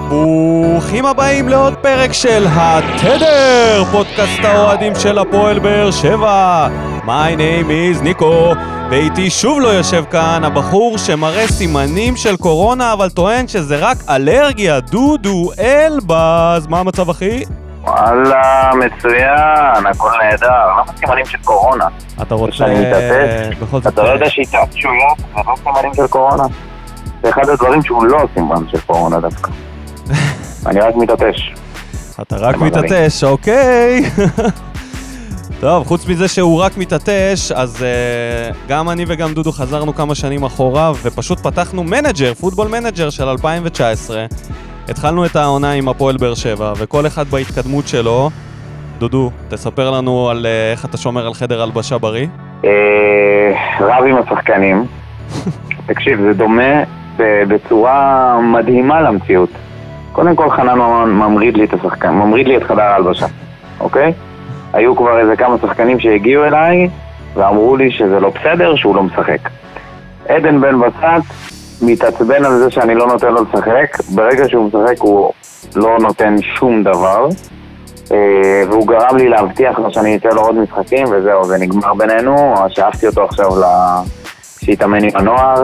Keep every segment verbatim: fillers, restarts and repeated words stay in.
ברוכים הבאים לעוד פרק של התדר, פודקאסט האוהדים של הפועל באר שבע. My name is ניקו, ואיתי שוב לא יושב כאן הבחור שמראה סימנים של קורונה, אבל טוען שזה רק אלרגיה, דודו אלבז. מה המצב, אחי? וואלה, מצוין, הכל נהדר. לא סימנים של קורונה. אתה רוצה... שאני מתעטש? אתה לא יודע שהתעטשויות זה לא סימנים של קורונה. זה אחד הדברים שהוא לא סימן של קורונה דווקא. אני רק מתעטש. אתה רק מתעטש, אוקיי. טוב, חוץ מזה שהוא רק מתעטש, אז uh, גם אני וגם דודו חזרנו כמה שנים אחורה, ופשוט פתחנו מנג'ר, פוטבול מנג'ר של אלפיים תשע עשרה. התחלנו את העונה עם הפועל באר שבע, וכל אחד בהתקדמות שלו. דודו, תספר לנו על uh, איך אתה שומר על חדר הלבשה בריא. רב עם השחקנים. תקשיב, זה דומה בצורה מדהימה למציאות. קודם כל חנן ממריד לי את השחקן, ממריד לי את חדר הלבשה, אוקיי? היו כבר איזה כמה שחקנים שהגיעו אליי ואמרו לי שזה לא בסדר, שהוא לא משחק. עדן בן בסט מתעצבן על זה שאני לא נותן לו לשחק. ברגע שהוא משחק הוא לא נותן שום דבר, והוא גרם לי להבטיח לו שאני אצא לו עוד משחקים, וזהו, זה נגמר בינינו. שאפתי אותו עכשיו שיתאמן עם הנוער.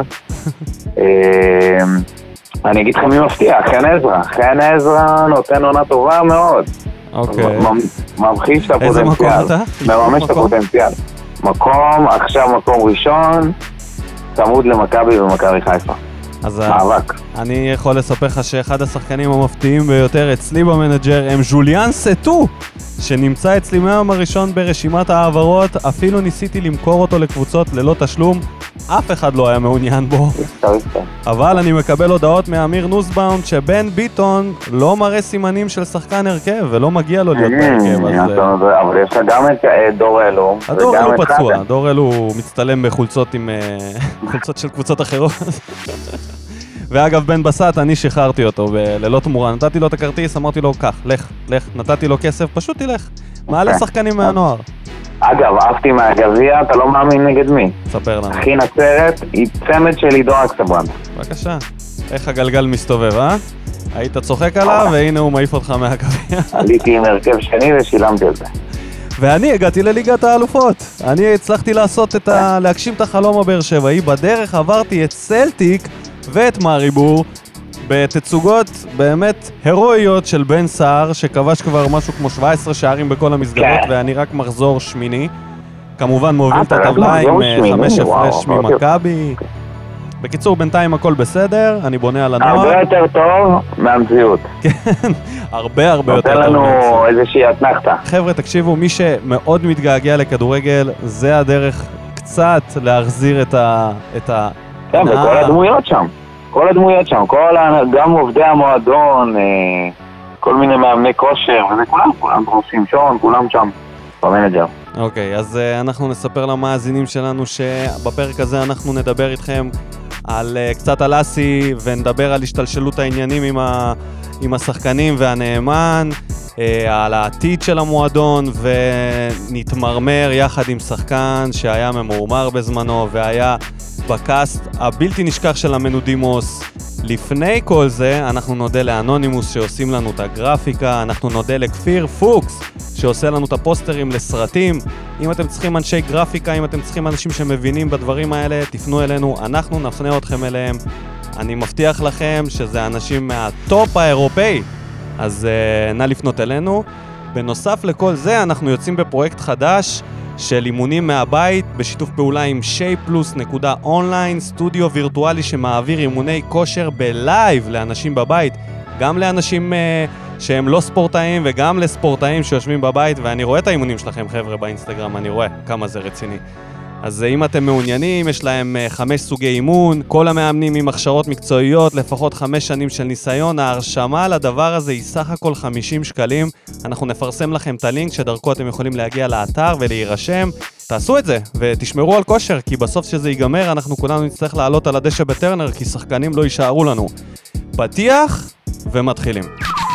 אני אגיד לך מי מפתיע, חן עזרא. חן עזרא נותן עונה טובה מאוד. אוקיי. ממחיש את הפוטנציאל. איזה מקום אתה? מממש את הפוטנציאל. מקום, עכשיו מקום ראשון, צמוד למכבי ומכבי חיפה. אז מאבק. אני יכול לספר לך שאחד השחקנים המפתיעים ביותר אצלי במנג'ר הם ז'וליאן סטו, שנמצא אצלי מהיום הראשון ברשימת העברות. אפילו ניסיתי למכור אותו לקבוצות ללא תשלום, אף אחד לא היה מעוניין בו. אבל אני מקבל הודעות מאמיר נוסבאונד שבן ביטון לא מראה סימנים של שחקן הרכב ולא מגיע לו להיות בהרכב. אבל יש לך גם את דור אלו. הדור אלו פצוע, דור אלו מצטלם בחולצות עם חולצות של קבוצות אחרות. ואגב, בן בסט, אני שחררתי אותו ללא תמורה, נתתי לו את הכרטיס, אמרתי לו, קח, לך, לך, נתתי לו כסף, פשוט תלך. מעלה שחקנים מהנוער. אגב, אהבתי מהגביע, אתה לא מאמין נגד מי? ספר לנו. אחי נצרת, היא צמד של עידו אקסברנט. בבקשה. איך הגלגל מסתובב, אה? היית צוחק עליו, והנה הוא מעיף אותך מהגביע. עליתי עם הרכב שני ושילמתי על זה. ואני הגעתי לליגת האלופות. אני הצלחתי לעשות את ה... להגשים את החלום הבאר שבעי. בדרך עברתי את סלטיק ואת מאריבור בתצוגות באמת הרואיות של בן סער, שכבש כבר משהו כמו שבע עשרה שערים בכל המסגרות, ואני רק מחזור שמיני. כמובן מוביל את הטבלה עם חמש הפרש ממכבי. בקיצור, בינתיים הכל בסדר, אני בונה על הנוער. הרבה יותר טוב מהמציאות. כן, הרבה הרבה יותר טוב. נותן לנו איזושהי אתנחתה. חבר'ה, תקשיבו, מי שמאוד מתגעגע לכדורגל, זה הדרך קצת להחזיר את ה... כן, וכל הדמויות שם. כל הדמויות שם, כל, גם עובדי המועדון, כל מיני מאמני כושר, וזה כולם, כולם עושים שון, כולם שם במנג'ר. אוקיי, אז אנחנו נספר למאזינים שלנו שבפרק הזה אנחנו נדבר איתכם על קצת על אסי, ונדבר על השתלשלות העניינים עם, ה, עם השחקנים והנאמן, על העתיד של המועדון, ונתמרמר יחד עם שחקן שהיה ממורמר בזמנו, והיה בקאסט הבלתי נשכח של המנודימוס. לפני כל זה אנחנו נודה לאנונימוס שעושים לנו את הגרפיקה, אנחנו נודה לכפיר פוקס שעושה לנו את הפוסטרים לסרטים. אם אתם צריכים אנשי גרפיקה, אם אתם צריכים אנשים שמבינים בדברים האלה, תפנו אלינו, אנחנו נפנה אתכם אליהם. אני מבטיח לכם שזה אנשים מהטופ האירופאי, אז uh, נא לפנות אלינו. בנוסף לכל זה אנחנו יוצאים בפרויקט חדש של אימונים מהבית, בשיתוף פעולה עם שי פלוס נקודה אונליין, סטודיו וירטואלי שמעביר אימוני כושר בלייב לאנשים בבית, גם לאנשים uh, שהם לא ספורטאים וגם לספורטאים שיושבים בבית, ואני רואה את האימונים שלכם חבר'ה באינסטגרם, אני רואה כמה זה רציני. אז אם אתם מעוניינים, יש להם חמש סוגי אימון, כל המאמנים עם הכשרות מקצועיות, לפחות חמש שנים של ניסיון. ההרשמה לדבר הזה היא סך הכל חמישים שקלים. אנחנו נפרסם לכם את הלינק שדרכו אתם יכולים להגיע לאתר ולהירשם. תעשו את זה ותשמרו על כושר, כי בסוף שזה ייגמר אנחנו כולנו נצטרך לעלות על הדשא בטרנר, כי שחקנים לא יישארו לנו. פתיח ומתחילים.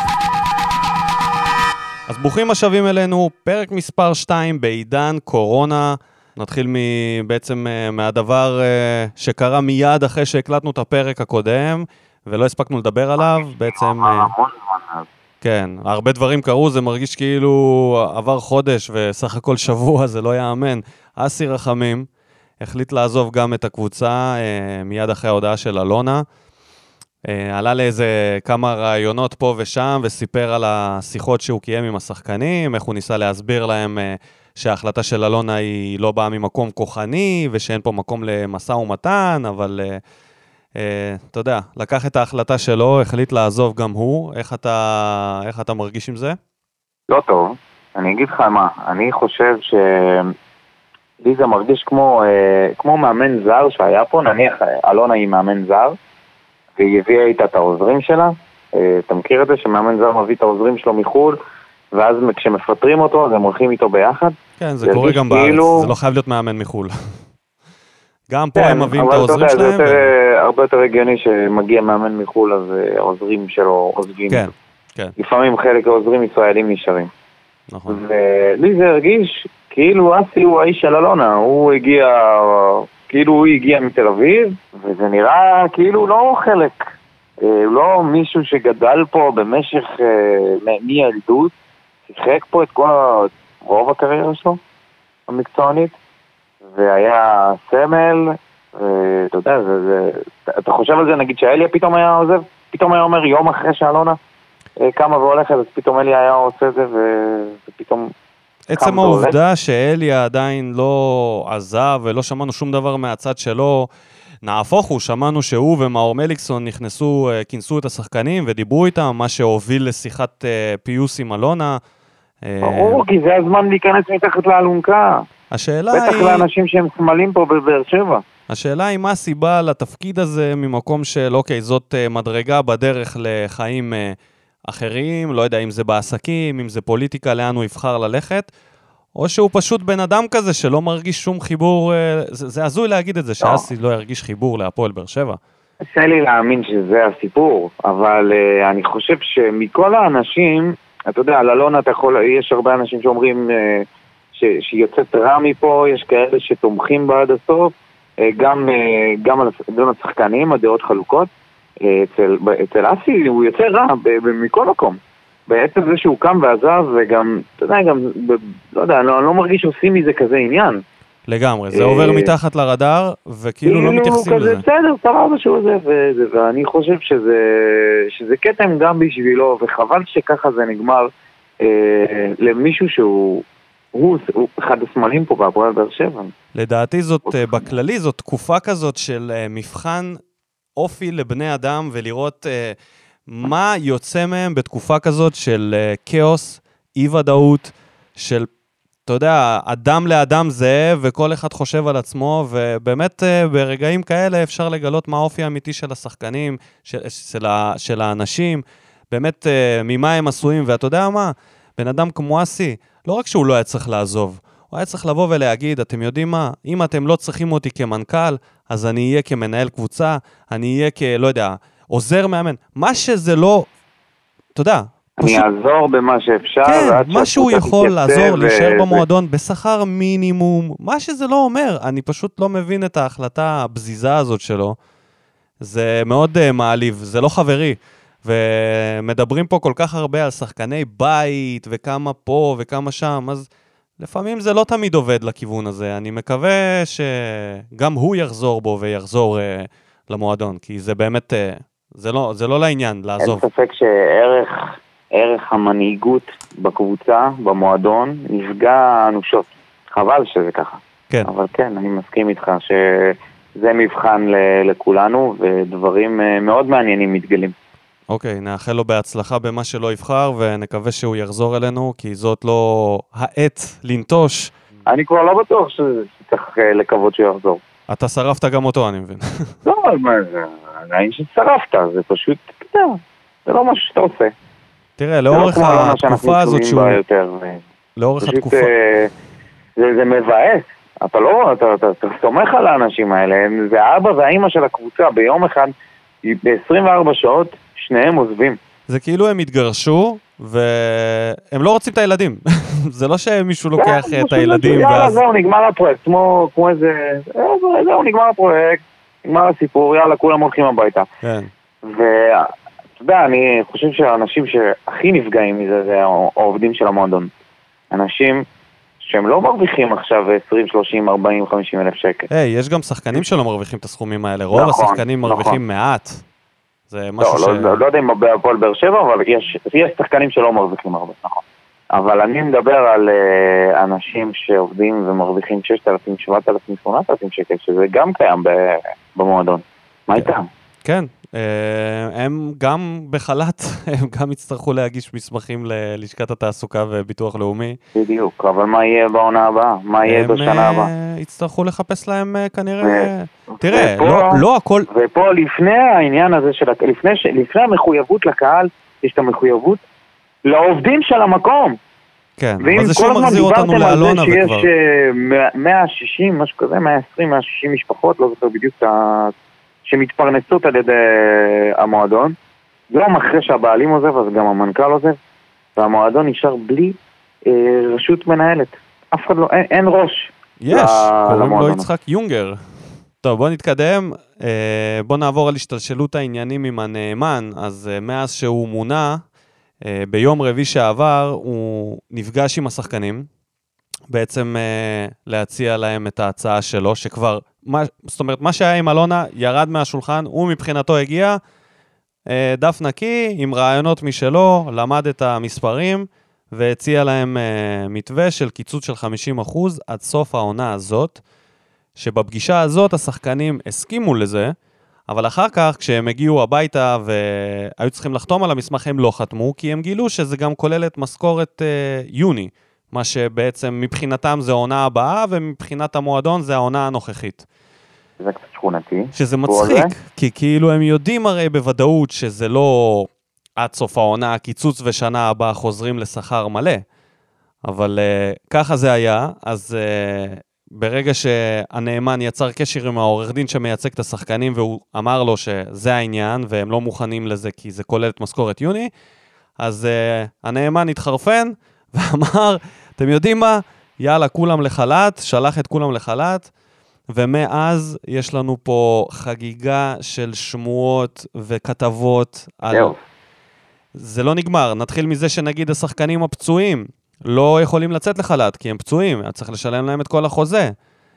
אז ברוכים השבים אלינו, פרק מספר שתיים בעידן קורונה. נתחיל בעצם מהדבר שקרה מיד אחרי שהקלטנו את הפרק הקודם, ולא הספקנו לדבר עליו, בעצם... המון זמן אז. כן, הרבה דברים קרו, זה מרגיש כאילו עבר חודש וסך הכל שבוע, זה לא יאמן. אסי רחמים החליט לעזוב גם את הקבוצה מיד אחרי ההודעה של אלונה, עלה לאיזה כמה רעיונות פה ושם, וסיפר על השיחות שהוא קיים עם השחקנים, איך הוא ניסה להסביר להם שההחלטה של אלונה היא לא באה ממקום כוחני, ושאין פה מקום למשא ומתן, אבל אתה יודע, לקח את ההחלטה שלו, החליט לעזוב גם הוא. איך אתה, איך אתה מרגיש עם זה? לא טוב, אני אגיד לך מה, אני חושב ש... לי זה מרגיש כמו, כמו מאמן זר שהיה פה, נניח אלונה היא מאמן זר, והיא הביאה איתה את העוזרים שלה. אתה מכיר את זה שמאמן זר מביא את העוזרים שלו מחול, ואז כשמפטרים אותו, אז הם הולכים איתו ביחד? כן, זה קורה גם בארץ, זה לא חייב להיות מאמן מחול. גם פה הם מביאים את העוזרים שלהם. אבל אתה יודע, זה הרבה יותר הגיוני שמגיע מאמן מחול, אז העוזרים שלו עוזבים. כן, כן. לפעמים חלק העוזרים ישראלים נשארים. נכון. ולי זה הרגיש כאילו אסי הוא האיש של אלונה, הוא הגיע... כאילו הוא הגיע מתל אביב, וזה נראה כאילו לא חלק, לא מישהו שגדל פה במשך מילדות, שיחק פה את כל רוב הקריירה שלו, המקצוענית, והיה סמל, ואתה יודע, זה, זה, אתה חושב על זה, נגיד שאליה פתאום היה עוזב, פתאום היה אומר יום אחרי שאלונה קמה והולכת, אז פתאום אליה היה עושה זה, ופתאום... עצם העובדה שאליה עדיין לא עזב ולא שמענו שום דבר מהצד שלו, נהפוך הוא, שמענו שהוא ומאור מליקסון נכנסו, כינסו את השחקנים ודיברו איתם, מה שהוביל לשיחת פיוס עם אלונה. ברור, כי זה הזמן להיכנס מתחת לאלונקה. השאלה בטח היא... לאנשים שהם סמלים פה בבאר שבע. השאלה היא מה הסיבה לתפקיד הזה ממקום של, אוקיי, זאת מדרגה בדרך לחיים אחרים, לא יודע אם זה בעסקים, אם זה פוליטיקה, לאן הוא יבחר ללכת, או שהוא פשוט בן אדם כזה שלא מרגיש שום חיבור, זה, זה הזוי להגיד את זה, שאסי לא ירגיש חיבור להפועל באר שבע. קשה לי להאמין שזה הסיפור, אבל uh, אני חושב שמכל האנשים, אתה יודע, על אלונה אתה יכול, יש הרבה אנשים שאומרים uh, ש, שיוצאת רע מפה, יש כאלה שתומכים בה עד הסוף, uh, גם, uh, גם על השחקנים, הדעות חלוקות, uh, אצל, אצל אסי הוא יוצא רע ב, ב, מכל מקום. בעצם זה שהוא קם ועזב, וגם, אתה יודע, גם, ב, לא יודע, אני לא, אני לא מרגיש שעושים מזה כזה עניין. לגמרי, זה עובר מתחת לרדאר, וכאילו לא מתייחסים לזה. בסדר, סבבה שהוא זה, ואני חושב שזה קטע גם בשבילו, וחבל שככה זה נגמר למישהו שהוא אחד הסמלים פה בהפועל באר שבע. לדעתי זאת, בכללי, זאת תקופה כזאת של מבחן אופי לבני אדם, ולראות מה יוצא מהם בתקופה כזאת של כאוס, אי ודאות, של אתה יודע, אדם לאדם זהה, וכל אחד חושב על עצמו, ובאמת ברגעים כאלה אפשר לגלות מה האופי האמיתי של השחקנים, של, של, של האנשים, באמת ממה הם עשויים, ואתה יודע מה? בן אדם כמו אסי, לא רק שהוא לא היה צריך לעזוב, הוא היה צריך לבוא ולהגיד, אתם יודעים מה? אם אתם לא צריכים אותי כמנכ"ל, אז אני אהיה כמנהל קבוצה, אני אהיה כ, לא יודע, עוזר מאמן, מה שזה לא, אתה יודע, אני אעזור במה שאפשר. כן, מה שהוא יכול לעזור, להישאר במועדון בשכר מינימום, מה שזה לא אומר, אני פשוט לא מבין את ההחלטה הבזיזה הזאת שלו, זה מאוד מעליב, זה לא חברי, ומדברים פה כל כך הרבה על שחקני בית, וכמה פה וכמה שם, אז לפעמים זה לא תמיד עובד לכיוון הזה, אני מקווה שגם הוא יחזור בו ויחזור למועדון, כי זה באמת, זה לא, זה לא לעניין לעזוב. אין ספק שערך... ערך המנהיגות בקבוצה, במועדון, נפגע אנושות. חבל שזה ככה. כן. אבל כן, אני מסכים איתך שזה מבחן ל- לכולנו, ודברים מאוד מעניינים מתגלים. אוקיי, נאחל לו בהצלחה במה שלא יבחר, ונקווה שהוא יחזור אלינו, כי זאת לא העת לנטוש. אני כבר לא בטוח שצריך לקוות שהוא יחזור. אתה שרפת גם אותו, אני מבין. לא, מה זה? עדיין ששרפת, זה פשוט, זה לא משהו שאתה עושה. תראה, לאורך התקופה הזאת שהוא... לאורך התקופה... זה מבאס. אתה לא... אתה סומך על האנשים האלה. זה האבא והאמא של הקבוצה. ביום אחד, ב-עשרים וארבע שעות, שניהם עוזבים. זה כאילו הם התגרשו, והם לא רוצים את הילדים. זה לא שמישהו לוקח את הילדים ואז... זהו, נגמר הפרויקט. כמו איזה... זהו, נגמר הפרויקט. נגמר הסיפור. יאללה, כולם הולכים הביתה. כן. ואתה יודע, אני חושב שהאנשים שהכי נפגעים מזה זה העובדים של המועדון. אנשים שהם לא מרוויחים עכשיו עשרים, שלושים, ארבעים, חמישים אלף שקל. היי, יש גם שחקנים שלא מרוויחים את הסכומים האלה. רוב השחקנים מרוויחים מעט. זה משהו ש... לא יודע אם בהפועל באר שבע, אבל יש שחקנים שלא מרוויחים הרבה, נכון. אבל אני מדבר על אנשים שעובדים ומרוויחים שישת אלפים, שבעת אלפים, שמונת אלפים שקל, שזה גם קיים במועדון. מה איתם? כן, הם גם בחל"ת, הם גם יצטרכו להגיש מסמכים ללשכת התעסוקה וביטוח לאומי. בדיוק, אבל מה יהיה בעונה הבאה? מה יהיה בשנה הבאה? הם יצטרכו לחפש להם כנראה... תראה, לא הכל... ופה לפני העניין הזה של... לפני המחויבות לקהל, יש את המחויבות לעובדים של המקום. כן, אבל זה שוב מחזיר אותנו לאלונה וכבר. שיש מאה ושישים, משהו כזה, מאה ועשרים, מאה ושישים משפחות, לא זוכר בדיוק את ה... שמתפרנסות על ידי המועדון. גם אחרי שהבעלים עוזב, אז גם המנכ"ל עוזב, והמועדון נשאר בלי אה, רשות מנהלת. אף אחד לא, אין, אין ראש. יש, קוראים לו יצחק יונגר. טוב, בוא נתקדם. אה, בוא נעבור על השתלשלות העניינים עם הנאמן. אז אה, מאז שהוא מונה, אה, ביום רביעי שעבר, הוא נפגש עם השחקנים, בעצם אה, להציע להם את ההצעה שלו, שכבר... מה, זאת אומרת, מה שהיה עם אלונה ירד מהשולחן, הוא מבחינתו הגיע, אה, דף נקי, עם רעיונות משלו, למד את המספרים, והציע להם אה, מתווה של קיצוץ של חמישים אחוז עד סוף העונה הזאת, שבפגישה הזאת השחקנים הסכימו לזה, אבל אחר כך כשהם הגיעו הביתה והיו צריכים לחתום על המסמך, הם לא חתמו, כי הם גילו שזה גם כולל את משכורת אה, יוני, מה שבעצם מבחינתם זה העונה הבאה, ומבחינת המועדון זה העונה הנוכחית. זה קצת שכונתי. שזה מצחיק, כי כאילו הם יודעים הרי בוודאות שזה לא עד סוף העונה, הקיצוץ ושנה הבאה חוזרים לשכר מלא. אבל uh, ככה זה היה, אז uh, ברגע שהנאמן יצר קשר עם העורך דין שמייצג את השחקנים, והוא אמר לו שזה העניין, והם לא מוכנים לזה כי זה כולל את משכורת יוני, אז uh, הנאמן התחרפן, ואמר, אתם יודעים מה? יאללה, כולם לחל"ת, שלח את כולם לחל"ת, ומאז יש לנו פה חגיגה של שמועות וכתבות על... זה לא נגמר, נתחיל מזה שנגיד השחקנים הפצועים לא יכולים לצאת לחל"ת, כי הם פצועים, צריך לשלם להם את כל החוזה.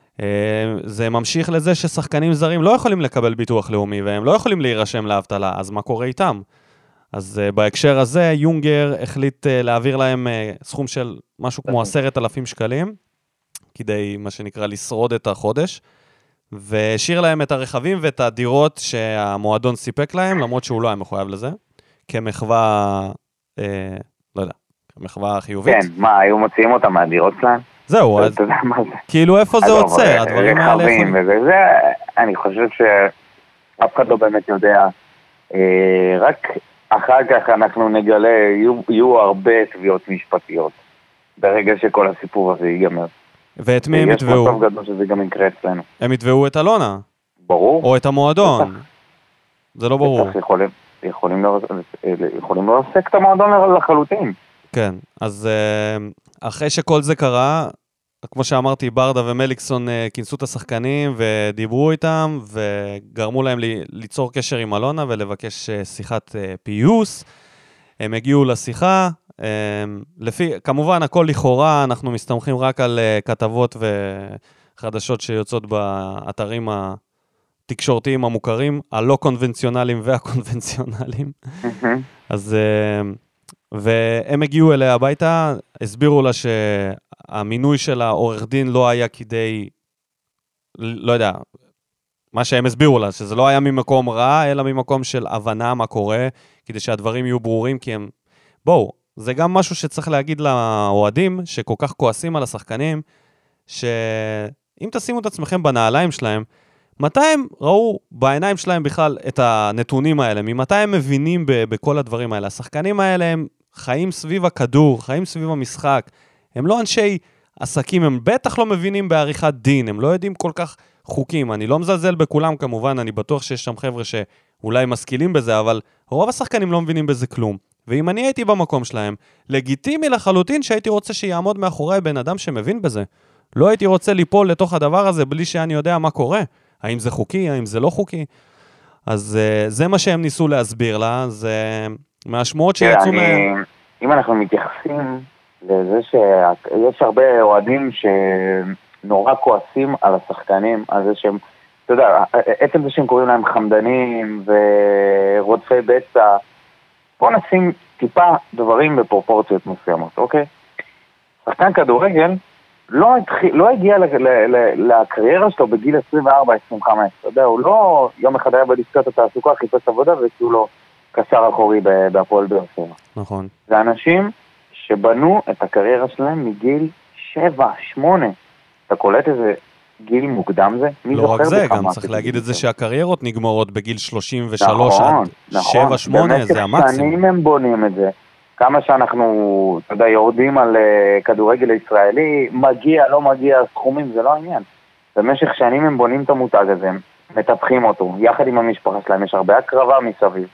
זה ממשיך לזה ששחקנים זרים לא יכולים לקבל ביטוח לאומי, והם לא יכולים להירשם לאבטלה, אז מה קורה איתם? אז uh, בהקשר הזה, יונגר החליט uh, להעביר להם uh, סכום של משהו כמו עשרת אלפים שקלים, כדי, מה שנקרא, לשרוד את החודש, והשאיר להם את הרכבים ואת הדירות שהמועדון סיפק להם, למרות שהוא לא היה מחויב לזה, כמחווה, אה, לא יודע, כמחווה חיובית. כן, מה, היו מוציאים אותם מהדירות שלהם? זהו, אז, כאילו איפה זה עוצר, הדברים האלה... רכבים וזה, זה, אני חושב שאף אחד לא באמת יודע, אה, רק... אחר כך אנחנו נגלה, יהיו, יהיו הרבה תביעות משפטיות, ברגע שכל הסיפור הזה ייגמר. ואת מי הם יתבעו? יש מצב גדול שזה גם יקרה אצלנו. הם יתבעו את אלונה? ברור. או את המועדון? זה לא ברור. יכולים, יכולים, יכולים להפסיק את המועדון לחלוטין. כן, אז אחרי שכל זה קרה, כמו שאמרתי, ברדה ומליקסון כינסו את השחקנים ודיברו איתם, וגרמו להם ליצור קשר עם אלונה ולבקש שיחת פיוס. הם הגיעו לשיחה, לפי, כמובן הכל לכאורה, אנחנו מסתמכים רק על כתבות וחדשות שיוצאות באתרים התקשורתיים המוכרים, הלא קונבנציונליים והקונבנציונליים. אז, והם הגיעו אליה הביתה, הסבירו לה שהמינוי של העורך דין לא היה כדי, לא יודע, מה שהם הסבירו לה, שזה לא היה ממקום רע, אלא ממקום של הבנה מה קורה, כדי שהדברים יהיו ברורים, כי הם, בואו, זה גם משהו שצריך להגיד לאוהדים, שכל כך כועסים על השחקנים, שאם תשימו את עצמכם בנעליים שלהם, מתי הם ראו בעיניים שלהם בכלל את הנתונים האלה? ממתי הם מבינים ב- בכל הדברים האלה? השחקנים האלה הם חיים סביב הכדור, חיים סביב המשחק. הם לא אנשי עסקים, הם בטח לא מבינים בעריכת דין, הם לא יודעים כל כך חוקים. אני לא מזלזל בכולם כמובן, אני בטוח שיש שם חבר'ה שאולי משכילים בזה, אבל רוב השחקנים לא מבינים בזה כלום. ואם אני הייתי במקום שלהם, לגיטימי לחלוטין שהייתי רוצה שיעמוד מאחורי בן אדם שמבין בזה. לא הייתי רוצה ליפול לתוך הדבר הזה בלי שאני יודע מה קורה. האם זה חוקי, האם זה לא חוקי. אז זה מה שהם ניסו להסביר לה, זה מהשמועות שיצאו מה... אם אנחנו מתייחסים לזה שיש הרבה אוהדים שנורא כועסים על השחקנים, על זה שהם, אתה יודע, עצם זה שהם קוראים להם חמדנים ורודפי בצע, בוא נשים טיפה דברים בפרופורציות מסוימות, אוקיי? שחקן כדורגל לא, התחיל, לא הגיע לקריירה שלו בגיל עשרים וארבע עשרים וחמש, אתה יודע, הוא לא יום אחד היה בלשכת התעסוקה, חיפש עבודה וכאילו לא קשר אחורי בהפועל באר שבע. נכון. זה אנשים שבנו את הקריירה שלהם מגיל שבע, שמונה. אתה קולט איזה גיל מוקדם זה? לא רק זה, גם צריך להגיד את זה שהקריירות נגמרות בגיל שלושים ושלוש עד שבע שמונה, זה המקסימום. במשך שנים הם בונים את זה. כמה שאנחנו, אתה יודע, יורדים על כדורגל הישראלי, מגיע, לא מגיע, סכומים, זה לא העניין. במשך שנים הם בונים את המותג הזה, מטפחים אותו, יחד עם המשפחה שלהם, יש הרבה הקרבה מסביב.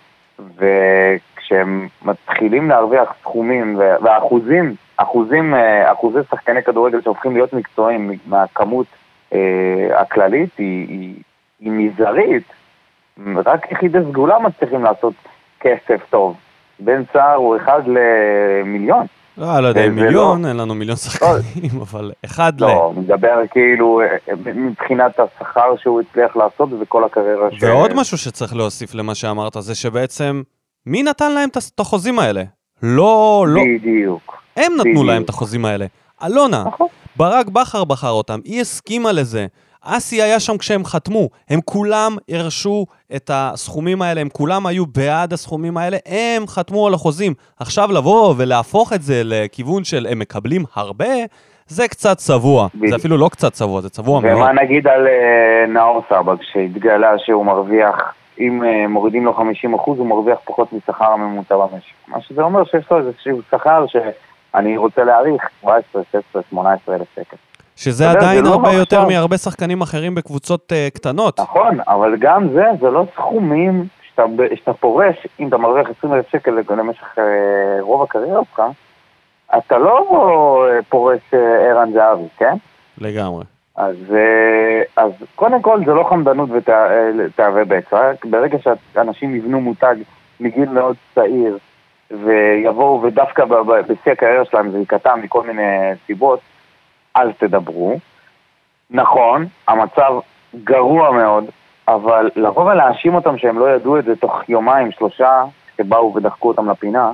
וכשהם מתחילים להרוויח סכומים ואחוזים, אחוזים, אחוזי שחקני כדורגל שהופכים להיות מקצועיים מהכמות אה, הכללית היא, היא, היא מזערית. רק יחידי סגולה מצליחים לעשות כסף טוב. בן צער הוא אחד למיליון. לא, לא יודע, מיליון, אין לנו מיליון שחקנים, אבל אחד ל... לא, מדבר כאילו מבחינת השכר שהוא הצליח לעשות וכל הקריירה ש... ועוד משהו שצריך להוסיף למה שאמרת, זה שבעצם, מי נתן להם את החוזים האלה? לא, לא. בדיוק. הם נתנו להם את החוזים האלה. אלונה, ברק בחר בחר אותם, היא הסכימה לזה. אסי היה שם כשהם חתמו, הם כולם הרשו את הסכומים האלה, הם כולם היו בעד הסכומים האלה, הם חתמו על החוזים. עכשיו לבוא ולהפוך את זה לכיוון של הם מקבלים הרבה, זה קצת צבוע. זה אפילו לא קצת צבוע, זה צבוע מאוד. ומה נגיד על נאור סבג, שהתגלה שהוא מרוויח, אם מורידים לו חמישים אחוז, הוא מרוויח פחות משכר הממוצע במשק. מה שזה אומר שיש לו איזשהו שכר שאני רוצה להעריך, שבע עשרה, שש עשרה, שמונה עשרה אלף שקל. שזה עדיין הרבה יותר מהרבה שחקנים אחרים בקבוצות קטנות. נכון, אבל גם זה, זה לא סכומים שאתה פורש, אם אתה מרוויח עשרים אלף שקל למשך רוב הקריירה שלך, אתה לא פורש ערן זהבי, כן? לגמרי. אז, אז קודם כל זה לא חמדנות ותאווה בצע, ברגע שאנשים יבנו מותג מגיל מאוד צעיר, ויבואו ודווקא בשיא הקריירה שלהם זה יקטע מכל מיני סיבות, אל תדברו. נכון, המצב גרוע מאוד, אבל לבוא ולהאשים אותם שהם לא ידעו את זה תוך יומיים, שלושה, שבאו ודחקו אותם לפינה,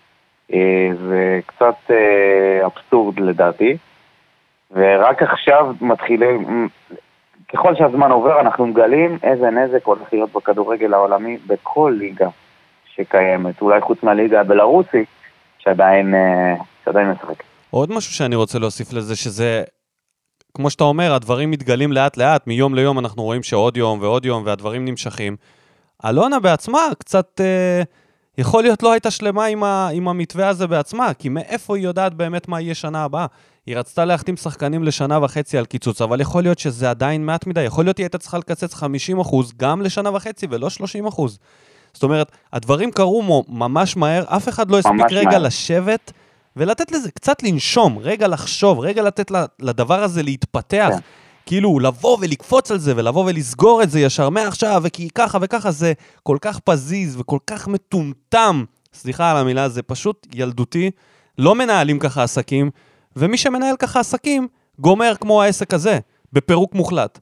זה קצת אבסורד לדעתי. ורק עכשיו מתחילים, ככל שהזמן עובר אנחנו מגלים איזה נזק הולך להיות בכדורגל העולמי בכל ליגה שקיימת, אולי חוץ מהליגה הבלרוסית שעדיין, שעדיין משחק. עוד משהו שאני רוצה להוסיף לזה, שזה, כמו שאתה אומר, הדברים מתגלים לאט לאט, מיום ליום אנחנו רואים שעוד יום ועוד יום והדברים נמשכים. אלונה בעצמה קצת, אה, יכול להיות לא הייתה שלמה עם, ה, עם המתווה הזה בעצמה, כי מאיפה היא יודעת באמת מה יהיה שנה הבאה? היא רצתה להחתים שחקנים לשנה וחצי על קיצוץ, אבל יכול להיות שזה עדיין מעט מדי, יכול להיות היא הייתה צריכה לקצץ חמישים אחוז גם לשנה וחצי ולא שלושים אחוז. זאת אומרת, הדברים קרו ממש מהר, אף אחד לא הספיק רגע מהר. לשבת ולתת לזה קצת לנשום, רגע לחשוב, רגע לתת לדבר הזה להתפתח, כן. כאילו לבוא ולקפוץ על זה ולבוא ולסגור את זה ישר מעכשיו, וכי ככה וככה זה כל כך פזיז וכל כך מטומטם, סליחה על המילה, זה פשוט ילדותי, לא מנהלים ככה עסקים, ומי שמנהל ככה עסקים גומר כמו העסק הזה, בפירוק מוחלט.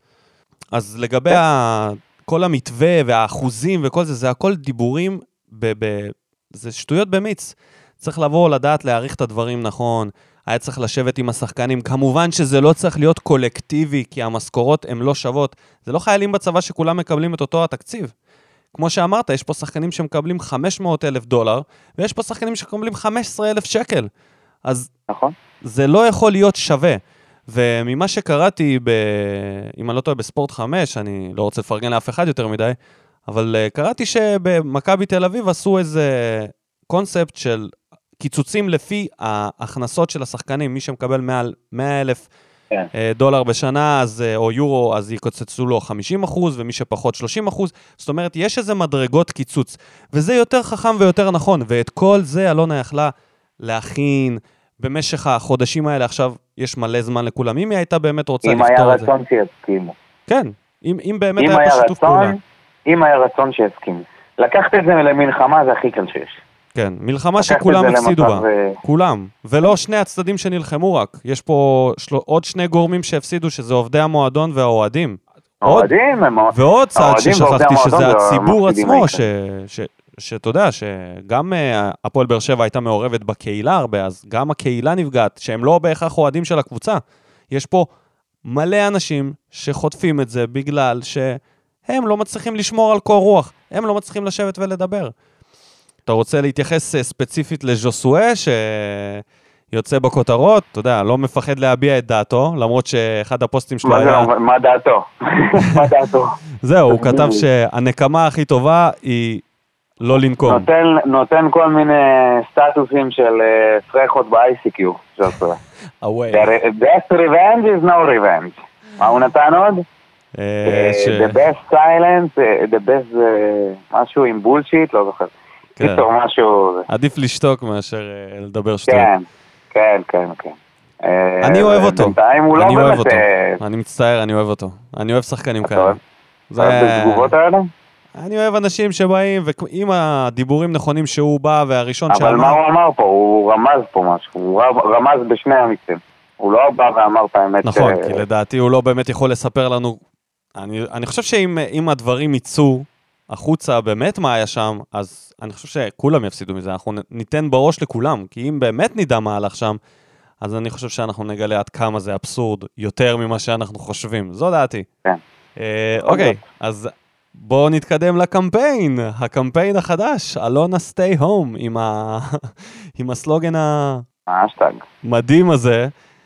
אז לגבי ה... כל המתווה והאחוזים וכל זה, זה הכל דיבורים, ב... ב... זה שטויות במיץ. צריך לבוא לדעת להעריך את הדברים נכון, היה צריך לשבת עם השחקנים, כמובן שזה לא צריך להיות קולקטיבי, כי המשכורות הן לא שוות, זה לא חיילים בצבא שכולם מקבלים את אותו התקציב. כמו שאמרת, יש פה שחקנים שמקבלים חמש מאות אלף דולר, ויש פה שחקנים שמקבלים חמישה עשר אלף שקל. אז נכון. זה לא יכול להיות שווה. וממה שקראתי, ב... אם אני לא טועה בספורט חמש, אני לא רוצה לפרגן לאף אחד יותר מדי, אבל קראתי שבמכבי תל אביב עשו איזה קונספט של קיצוצים לפי ההכנסות של השחקנים, מי שמקבל מעל מאה אלף כן. דולר בשנה, אז, או יורו, אז יקוצצו לו חמישים אחוז, ומי שפחות שלושים אחוז, זאת אומרת, יש איזה מדרגות קיצוץ, וזה יותר חכם ויותר נכון, ואת כל זה אלונה יכלה להכין, במשך החודשים האלה, עכשיו יש מלא זמן לכולם, אם היא הייתה באמת רוצה לפתור את זה. אם היה רצון שיסכימו. כן, אם, אם באמת היה פה שיתוף פעולה. אם היה רצון שיסכים. לקחת את זה למלחמה זה הכי קל שיש. כן, מלחמה שכולם הפסידו בה, כולם, ולא שני הצדדים שנלחמו רק, יש פה עוד שני גורמים שהפסידו, שזה עובדי המועדון והאוהדים. האוהדים הם... ועוד צעד ששכחתי שזה הציבור עצמו, שאתה יודע, שגם הפועל באר שבע הייתה מעורבת בקהילה הרבה, אז גם הקהילה נפגעת, שהם לא בהכרח אוהדים של הקבוצה. יש פה מלא אנשים שחוטפים את זה בגלל שהם לא מצליחים לשמור על קור רוח, הם לא מצליחים לשבת ולדבר. אתה רוצה להתייחס ספציפית לז'וסואה, שיוצא בכותרות, אתה יודע, לא מפחד להביע את דעתו, למרות שאחד הפוסטים שלו היה... מה דעתו? מה דעתו? זהו, הוא כתב שהנקמה הכי טובה היא לא לנקום. נותן כל מיני סטטוסים של פרחות ב-איי סי קיו, ז'וסואה. Away. The best revenge is no revenge. מה הוא נתן עוד? The best silence, the best משהו עם בולשיט, לא זוכר. קיצור משהו... עדיף לשתוק מאשר לדבר שטות. כן, כן, כן, כן. אני אוהב אותו. אני אוהב אותו. אני מצטער, אני אוהב אותו. אני אוהב שחקנים כאלה. אוהב בתגובות האלה? אני אוהב אנשים שבאים, ועם הדיבורים נכונים שהוא בא, והראשון שאמר... אבל מה הוא אמר פה? הוא רמז פה משהו. הוא רמז בשני המקרים. הוא לא בא ואמר את האמת. נכון, כי לדעתי הוא לא באמת יכול לספר לנו... אני חושב שאם הדברים ייצאו החוצה באמת מה היה שם, אז אני חושב שכולם יפסידו מזה. אנחנו ניתן בראש לכולם, כי אם באמת נדע מה הלך שם, אז אני חושב שאנחנו נגלה עד כמה זה אבסורד, יותר ממה שאנחנו חושבים. זו דעתי. כן. אוקיי, אז... בואו נתקדם לקמפיין, הקמפיין החדש, אלונה סטי הום, עם, ה... עם הסלוגן המדהים הזה,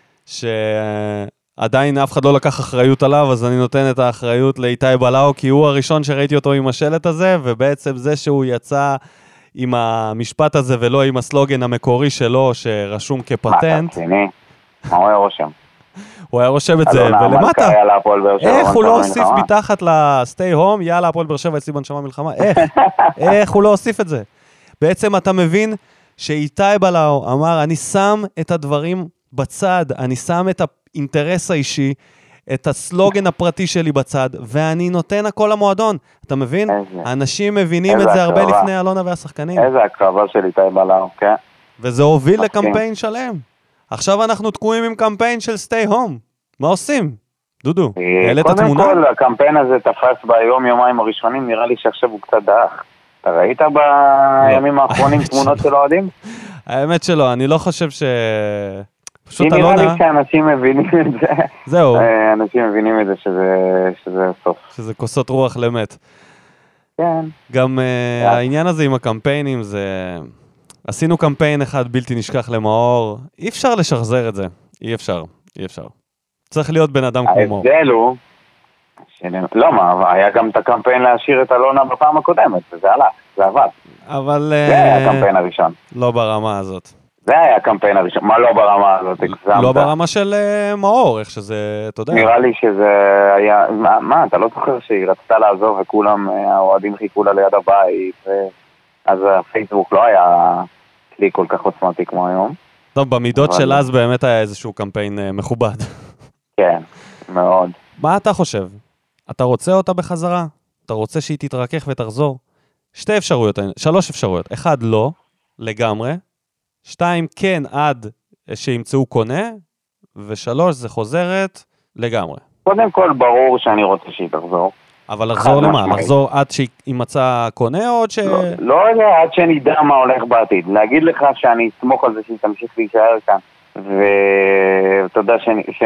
שעדיין אף אחד לא לקח אחריות עליו, אז אני נותן את האחריות לאיתי בלאו, כי הוא הראשון שראיתי אותו עם השלט הזה, ובעצם זה שהוא יצא עם המשפט הזה, ולא עם הסלוגן המקורי שלו, שרשום כפטנט. מה, תציני? מה הוא היה רושם? הוא היה רושם את זה, ולמטה, איך הוא לא הוסיף מתחת לסטי הום, יאללה, הפועל באר שבע אצלי בנשמה מלחמה, איך? איך הוא לא הוסיף את זה? בעצם אתה מבין שאיתי בלאו אמר, אני שם את הדברים בצד, אני שם את האינטרס האישי, את הסלוגן הפרטי שלי בצד, ואני נותן הכל למועדון. אתה מבין? האנשים מבינים את זה הרבה לפני אלונה והשחקנים. איזה הקרבה של איתי בלאו, כן. וזה הוביל לקמפיין שלם. עכשיו אנחנו תקועים עם קמפיין של סטי הום. מה עושים? דודו, העלית תמונה? קודם כל, הקמפיין הזה תפס ביום יומיים הראשונים, נראה לי שעכשיו הוא קצת דרך. אתה ראית בימים האחרונים תמונות של אוהדים? האמת שלא, אני לא חושב ש... פשוט אלונה... נראה לי שאנשים מבינים את זה. זהו. אנשים מבינים את זה שזה סוף. שזה כוסות רוח למת. כן. גם העניין הזה עם הקמפיינים זה... עשינו קמפיין אחד בלתי נשכח למאור, אי אפשר לשחזר את זה, אי אפשר, אי אפשר. צריך להיות בן אדם כמו מאור. ההבדל הוא, לא מה, היה גם את הקמפיין להשאיר את אלונה בפעם הקודמת, וזה הלך, זה עבד. אבל... זה היה הקמפיין הראשון. לא ברמה הזאת. זה היה הקמפיין הראשון, מה לא ברמה הזאת? לא ברמה של מאור, איך שזה, אתה יודע. נראה לי שזה היה, מה, אתה לא זוכר שהיא רצתה לעזוב וכולם, האוהדים חיכו לה ליד הבית, אז הפייסבוק לא היה... לי כל כך עוצמתי כמו היום. טוב, במידות של אז באמת היה איזשהו קמפיין מכובד. כן, מאוד. מה אתה חושב? אתה רוצה אותה בחזרה? אתה רוצה שהיא תתרכך ותחזור? שתי אפשרויות, שלוש אפשרויות. אחד, לא, לגמרי. שתיים, כן, עד שימצאו קונה. ושלוש, זה חוזרת לגמרי. קודם כל, ברור שאני רוצה שהיא תחזור. אבל לחזור למה? לחזור עד שימצא קונה או עד ש... לא יודע, עד שנדע מה הולך בעתיד. להגיד לך שאני אסמוך על זה שהיא תמשיך להישאר כאן, ואתה יודע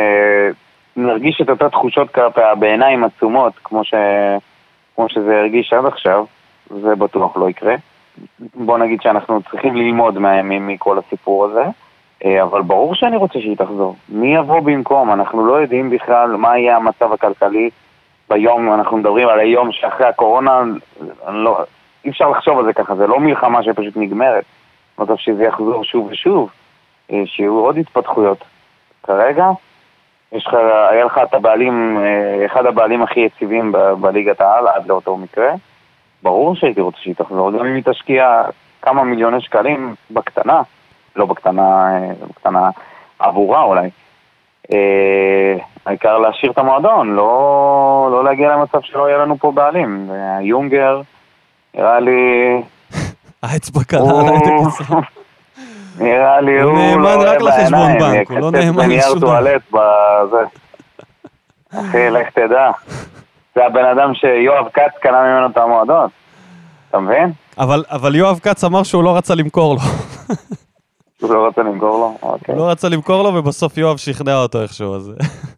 שנרגיש את אותה תחושות כלפי בעיניים עצומות, כמו שזה הרגיש עד עכשיו, זה בטוח לא יקרה. בוא נגיד שאנחנו צריכים ללמוד מכל הסיפור הזה, אבל ברור שאני רוצה שהיא תחזור. מי יבוא במקום? אנחנו לא יודעים בכלל מה יהיה המצב הכלכלי, ביום, אנחנו מדברים על היום שאחרי הקורונה, לא, אי אפשר לחשוב על זה ככה, זה לא מלחמה שפשוט נגמרת. מצב שזה יחזור שוב ושוב, שיהיו עוד התפתחויות. כרגע, יש לך, היה לך את הבעלים, אחד הבעלים הכי יציבים ב- בליגת העל, עד לאותו מקרה. ברור שהייתי רוצה שהיא תחזור, גם אם היא תשקיע כמה מיליוני שקלים בקטנה, לא בקטנה, בקטנה עבורה אולי. העיקר להשאיר את המועדון, לא, לא להגיע למצב שלא יהיה לנו פה בעלים. יונגר, נראה לי... האצבע קלה על ההדק הזה. נראה לי, הוא נאמן רק לחשבון בנק, הוא לא נאמן לשום דבר. אחי, לך תדע. זה הבן אדם שיואב קץ קנה ממנו את המועדון. אתה מבין? אבל, אבל יואב קץ אמר שהוא לא רצה למכור לו. הוא לא רצה למכור לו? אוקיי. הוא לא רצה למכור לו, ובסוף יואב שכנע אותו איכשהו. אז...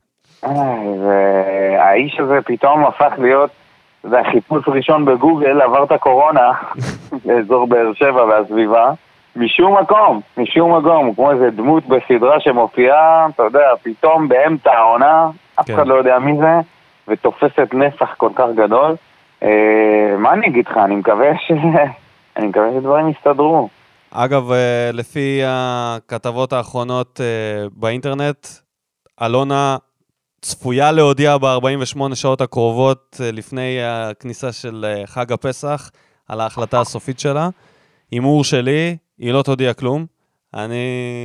והאיש הזה פתאום הפך להיות, זה החיפוש ראשון בגוגל, עבר את הקורונה, לאזור באר שבע והסביבה, משום מקום, משום מקום, כמו איזה דמות בסדרה שמופיעה, אתה יודע, פתאום באמצע העונה, אף אחד לא יודע מי זה, ותופסת נפח כל כך גדול. מה אני אגיד לך? אני מקווה ש... אני מקווה שדברים יסתדרו. אגב, לפי הכתבות האחרונות באינטרנט, אלונה צפויה להודיע ב-ארבעים ושמונה שעות הקרובות לפני הכניסה של חג הפסח על ההחלטה הסופית שלה. הימור שלי, היא לא תודיע כלום. אני,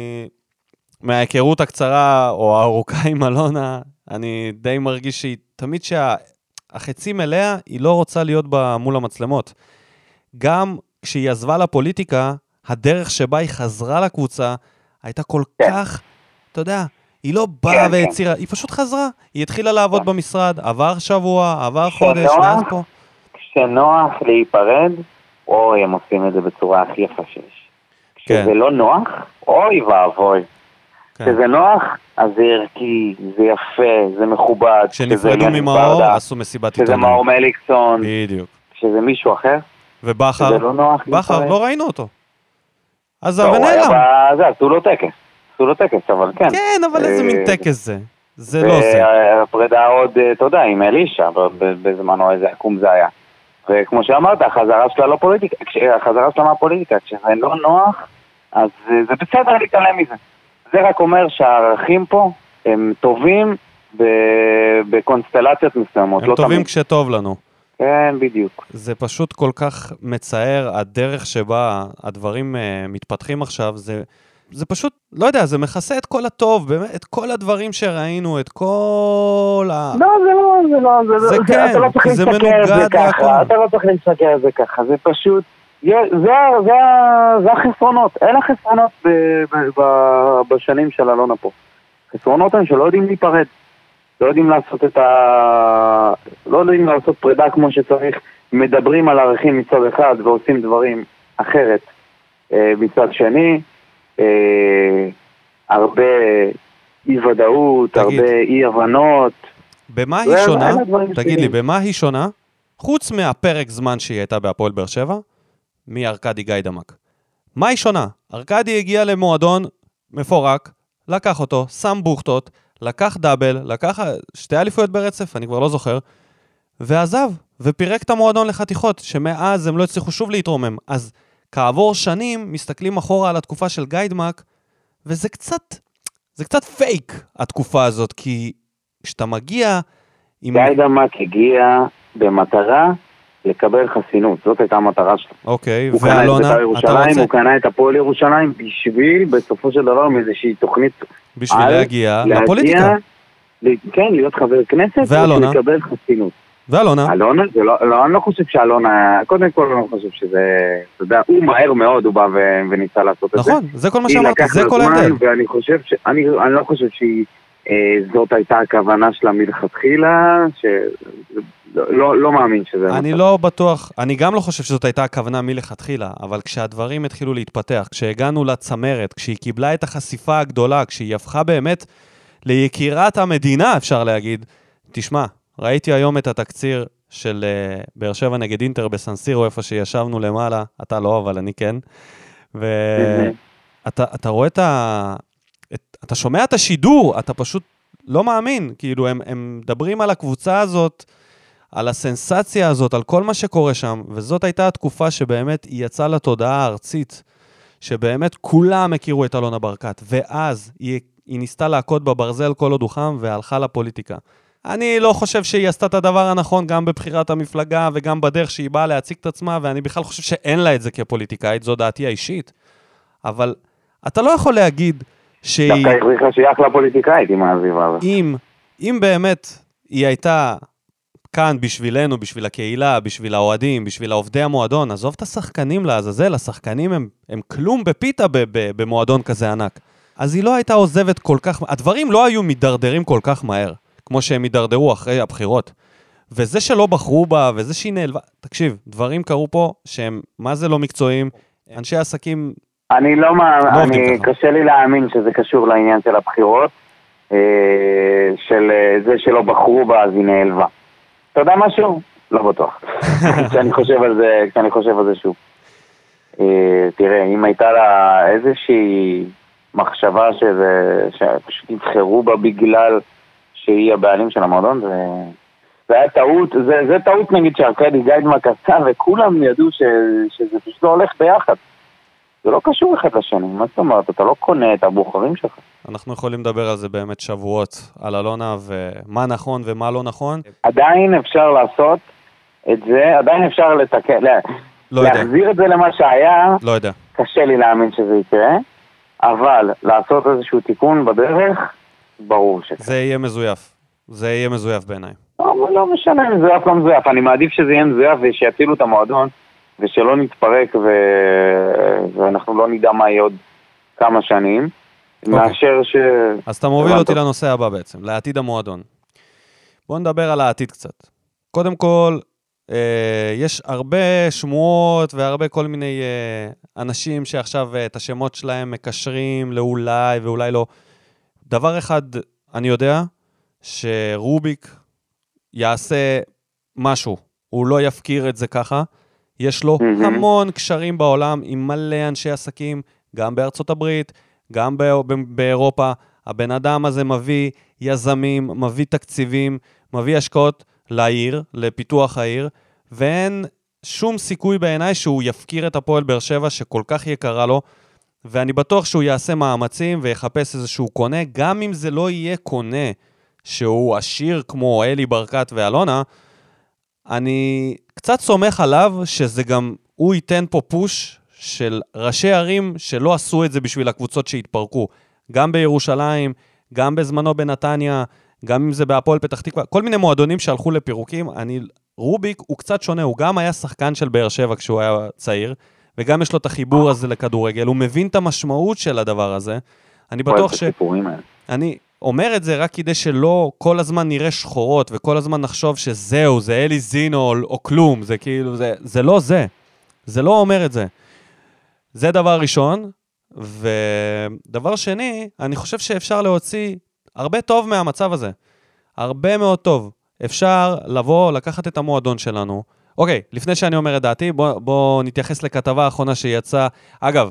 מההיכרות הקצרה או הארוכה עם אלונה, אני די מרגיש שהיא תמיד שהחצי מלאה, היא לא רוצה להיות מול המצלמות. גם כשהיא עזבה לפוליטיקה, הדרך שבה היא חזרה לקבוצה, הייתה כל כך, אתה יודע, היא לא באה והצירה, היא פשוט חזרה. היא התחילה לעבוד במשרד, עבר שבוע, עבר חודש, ואז פה. כשנוח להיפרד, אוי, הם עושים את זה בצורה הכי יפה שיש. כשזה לא נוח, אוי ואבוי. כשזה נוח, אז זה ערכי, זה יפה, זה מכובד. כשנפרדו ממאור, עשו מסיבת עיתונאים. כשזה מאור מליקסון. בדיוק. כשזה מישהו אחר. ובחר, בחר, לא ראינו אותו. אז זה ונעלם. זה, עשו לו טקס. עשו לו טקס, אבל כן. כן, אבל איזה מין טקס זה? זה לא זה. והפרידה עוד, אתה יודע, עם אלישה, בזמנו איזה עקום זה היה. וכמו שאמרת, החזרה שלה לא פוליטיקה, החזרה שלה מהפוליטיקה, כשזה לא נוח, אז זה בסדר להתעלם מזה. זה רק אומר שהערכים פה הם טובים בקונסטלציות מסוימות. הם טובים כשטוב לנו. כן, בדיוק. זה פשוט כל כך מצער, הדרך שבה הדברים מתפתחים עכשיו, זה... זה פשוט, לא יודע, זה מכסה את כל הטוב, באמת, את כל הדברים שראינו, את כל ה... לא, זה לא, זה לא, זה לא, זה כן, אתה לא צריך זה להסתכל על זה ככה, אתה לא צריך להסתכל על זה ככה, זה פשוט, זה, זה, זה, זה החסרונות, אין החסרונות ב, ב, ב, בשנים של אלונה פה. חסרונות הם שלא יודעים להיפרד, לא יודעים לעשות את ה... לא יודעים לעשות פרידה כמו שצריך, מדברים על ערכים מצד אחד ועושים דברים אחרת מצד שני, אה, הרבה אי ודאות, תגיד, הרבה אי הבנות. במה היא שונה? תגיד לי, במה היא שונה? חוץ מהפרק זמן שהיא הייתה בהפועל באר שבע, מארקדי גיידמק. מה היא שונה? ארקדי הגיע למועדון מפורק, לקח אותו, שם בוכטות, לקח דאבל, לקח שתי אליפויות ברצף, אני כבר לא זוכר, ועזב, ופירק את המועדון לחתיכות, שמאז הם לא הצליחו שוב להתרומם. אז כעבור שנים, מסתכלים אחורה על התקופה של גיידמק, וזה קצת, זה קצת פייק, התקופה הזאת, כי כשאתה מגיע... גיידמק הגיע במטרה לקבל חסינות, זאת הייתה המטרה שלו. אוקיי, ואלונה, אתה רוצה? הוא קנה את הפועל ירושלים בשביל, בסופו של דבר, מאיזושהי תוכנית... בשביל להגיע לפוליטיקה. כן, להיות חבר כנסת, ואלונה? ולקבל חסינות. ואלונה? אלונה, זה לא, לא, אני לא חושב שאלונה, קודם כל אני לא חושב שזה, אתה יודע, הוא מהר מאוד, הוא בא ו, וניסה לעשות את זה. נכון, זה כל מה שאמרתי, זה כל ההבדל. ואני חושב ש, אני, אני לא חושב שזאת הייתה הכוונה שלה מלכתחילה, שלא לא, לא מאמין שזה... אני לא בטוח, אני גם לא חושב שזאת הייתה הכוונה מלכתחילה, אבל כשהדברים התחילו להתפתח, כשהגענו לצמרת, כשהיא קיבלה את החשיפה הגדולה, כשהיא הפכה באמת ליקירת המדינה, אפשר להגיד, תשמע, ראיתי היום את התקציר של uh, באר שבע נגד אינטר בסנסירו, איפה שישבנו למעלה, אתה לא, אבל אני כן, ואתה אתה רואה את ה... את, אתה שומע את השידור, אתה פשוט לא מאמין, כאילו הם, הם מדברים על הקבוצה הזאת, על הסנסציה הזאת, על כל מה שקורה שם, וזאת הייתה התקופה שבאמת היא יצאה לתודעה הארצית, שבאמת כולם הכירו את אלונה ברקת, ואז היא, היא ניסתה להכות בברזל כל עוד הוא חם, והלכה לפוליטיקה. אני לא חושב שהיא עשתה את הדבר הנכון גם בבחירת המפלגה וגם בדרך שהיא באה להציג את עצמה, ואני בכלל חושב שאין לה את זה כפוליטיקאית, זו דעתי האישית. אבל אתה לא יכול להגיד שהיא... דווקא הכריחה שהיא אחלה פוליטיקאית עם העזיבה הזאת. אם, אם באמת היא הייתה כאן בשבילנו, בשביל הקהילה, בשביל האוהדים, בשביל העובדי המועדון, עזוב את השחקנים לעזאזל, השחקנים הם, הם כלום בפיתה ב, ב, במועדון כזה ענק. אז היא לא הייתה עוזבת כל כך, הדברים לא היו מדרדרים כל כך מהר, כמו שהם מדרדרו אחרי הבחירות. וזה שלא בחרו בה, וזה שהיא נעלבה, תקשיב, דברים קרו פה שהם, מה זה לא מקצועיים, אנשי עסקים... אני לא מאמין, לא אני, קשה לי להאמין שזה קשור לעניין של הבחירות, של זה שלא בחרו בה, אז היא נעלבה. אתה יודע משהו? לא בטוח. כשאני חושב על זה, כשאני חושב על זה שוב. תראה, אם הייתה לה איזושהי מחשבה שזה, שפשוט יבחרו בה בגלל שהיא הבעלים של המועדון, זה... זה היה טעות, זה, זה טעות נגיד שארקדי גיידמק עשה, וכולם ידעו ש, שזה פשוט לא הולך ביחד. זה לא קשור אחד לשני, מה זאת אומרת? אתה לא קונה את הבוחרים שלך. אנחנו יכולים לדבר על זה באמת שבועות, על אלונה ומה נכון ומה לא נכון. עדיין אפשר לעשות את זה, עדיין אפשר לתקן, לה, לא להחזיר יודע. את זה למה שהיה, לא יודע. קשה לי להאמין שזה יקרה, אבל לעשות איזשהו תיקון בדרך, ברור שכן. זה יהיה מזויף. זה יהיה מזויף בעיניי. לא, לא משנה, מזויף לא מזויף. אני מעדיף שזה יהיה מזויף ושיצילו את המועדון, ושלא נתפרק ו... ואנחנו לא נדע מה יהיה עוד כמה שנים, okay. מאשר ש... אז אתה מוביל אותי לנושא הבא בעצם, לעתיד המועדון. בואו נדבר על העתיד קצת. קודם כל, אה, יש הרבה שמועות והרבה כל מיני אה, אנשים שעכשיו אה, את השמות שלהם מקשרים לאולי ואולי לא. דבר אחד אני יודע, שרוביק יעשה משהו, הוא לא יפקיר את זה ככה, יש לו mm-hmm. המון קשרים בעולם עם מלא אנשי עסקים, גם בארצות הברית, גם בא, באירופה, הבן אדם הזה מביא יזמים, מביא תקציבים, מביא השקעות לעיר, לפיתוח העיר, ואין שום סיכוי בעיניי שהוא יפקיר את הפועל באר שבע שכל כך יקרה לו, ואני בטוח שהוא יעשה מאמצים ויחפש איזשהו קונה, גם אם זה לא יהיה קונה שהוא עשיר כמו אלי ברקת ואלונה, אני קצת סומך עליו שזה גם, הוא ייתן פה פוש של ראשי ערים שלא עשו את זה בשביל הקבוצות שהתפרקו, גם בירושלים, גם בזמנו בנתניה, גם אם זה בהפועל פתח תקווה, כל מיני מועדונים שהלכו לפירוקים, אני, רוביק הוא קצת שונה, הוא גם היה שחקן של באר שבע כשהוא היה צעיר, וגם יש לו את החיבור הזה לכדורגל, הוא מבין את המשמעות של הדבר הזה, אני בטוח ש... אני אומר את זה רק כדי שלא כל הזמן נראה שחורות, וכל הזמן נחשוב שזהו, זה אלי זינו או, או כלום, זה כאילו, זה, זה לא זה, זה לא אומר את זה. זה דבר ראשון, ודבר שני, אני חושב שאפשר להוציא הרבה טוב מהמצב הזה, הרבה מאוד טוב. אפשר לבוא, לקחת את המועדון שלנו. אוקיי, לפני שאני אומר את דעתי, בוא, בוא נתייחס לכתבה האחרונה שיצאה. אגב,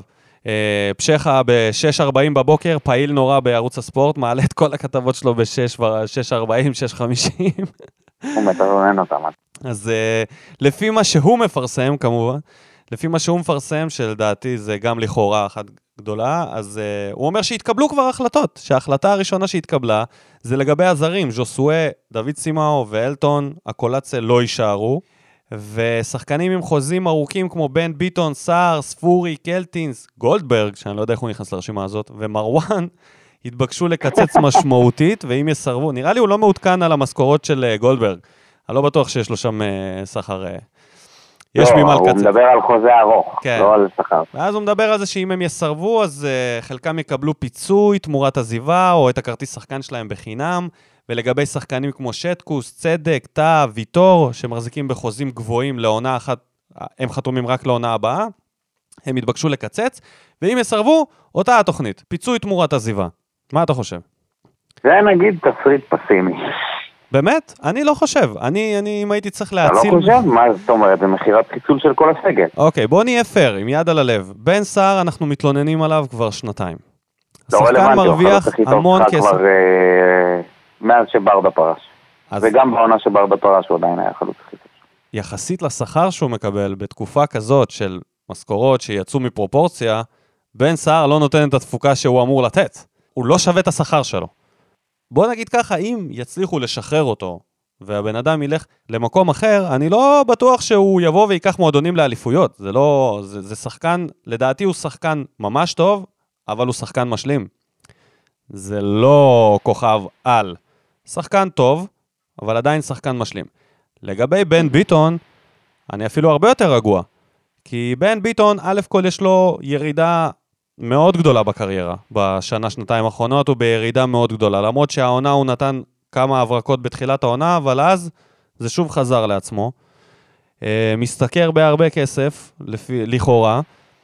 פשחה ב-שש ארבעים בבוקר, פעיל נורא בערוץ הספורט, מעלה את כל הכתבות שלו ב-שש ארבעים, שש חמישים. הוא מתרונן אותם. אז לפי מה שהוא מפרסם, כמובן, לפי מה שהוא מפרסם, שלדעתי זה גם לכאורה אחת גדולה, אז הוא אומר שהתקבלו כבר החלטות, שההחלטה הראשונה שהתקבלה, זה לגבי הזרים, ז'וסואה, דוד סימאו ואלטון, הקולציה לא יישארו, ושחקנים עם חוזים ארוכים כמו בן ביטון, סער, ספורי, קלטינס, גולדברג, שאני לא יודע איך הוא נכנס לרשימה הזאת, ומרואן, התבקשו לקצץ משמעותית, ואם יסרבו, נראה לי הוא לא מעודכן על המשכורות של גולדברג, אני לא בטוח שיש לו שם שכר, יש לא, ממל הוא קצץ. מדבר על חוזה ארוך, כן. לא על שכר. ואז הוא מדבר על זה שאם הם יסרבו, אז uh, חלקם יקבלו פיצוי, תמורת עזיבה, או את הכרטיס שחקן שלהם בחינם, ולגבי שחקנים כמו שטקוס, צדק, טא, ויטור, שמחזיקים בחוזים גבוהים לעונה אחת, הם חתומים רק לעונה הבאה, הם יתבקשו לקצץ, ואם יסרבו, אותה התוכנית, פיצוי תמורת עזיבה. מה אתה חושב? זה נגיד תפריט פסימי. באמת? אני לא חושב. אני, אני, אם הייתי צריך להציל... אתה לא חושב? מה זאת אומרת? זה מחירת חיסול של כל הסגל. אוקיי, בוא נהיה פייר, עם יד על הלב. בן סער, אנחנו מתלוננים עליו כבר שנתיים. לא השחקן מרוויח המון כסף. כבר, אה, מאז שברדה פרש. אז... וגם בעונה שברדה פרש הוא עדיין היה חלוץ הכי טוב. יחסית לשכר שהוא מקבל, בתקופה כזאת של משכורות שיצאו מפרופורציה, בן סער לא נותן את התפוקה שהוא אמור לתת. הוא לא שווה את השכר שלו. בוא נגיד ככה, אם יצליחו לשחרר אותו, והבן אדם ילך למקום אחר, אני לא בטוח שהוא יבוא ויקח מועדונים לאליפויות. זה לא, זה, זה שחקן, לדעתי הוא שחקן ממש טוב, אבל הוא שחקן משלים. זה לא כוכב על. שחקן טוב, אבל עדיין שחקן משלים. לגבי בן ביטון, אני אפילו הרבה יותר רגוע. כי בן ביטון, א' כל יש לו ירידה מאוד גדולה בקריירה. בשנה, שנתיים האחרונות הוא בירידה מאוד גדולה. למרות שהעונה הוא נתן כמה הברקות בתחילת העונה, אבל אז זה שוב חזר לעצמו. מסתכר בהרבה כסף, לפי, לכאורה,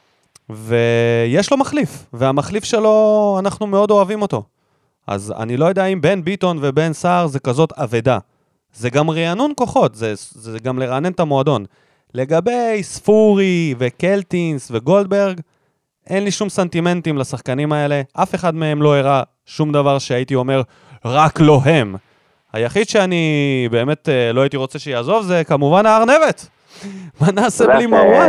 ויש לו מחליף, והמחליף שלו, אנחנו מאוד אוהבים אותו. אז אני לא יודע אם בן ביטון ובן סער זה כזאת עבדה. זה גם רענון כוחות, זה, זה גם לרענן את המועדון. לגבי ספורי וקלטינס וגולדברג, אין לי שום סנטימנטים לשחקנים האלה, אף אחד מהם לא הראה שום דבר שהייתי אומר, רק לא הם. היחיד שאני באמת לא הייתי רוצה שיעזוב זה כמובן הארנבת. מה נעשה בלי מרואן?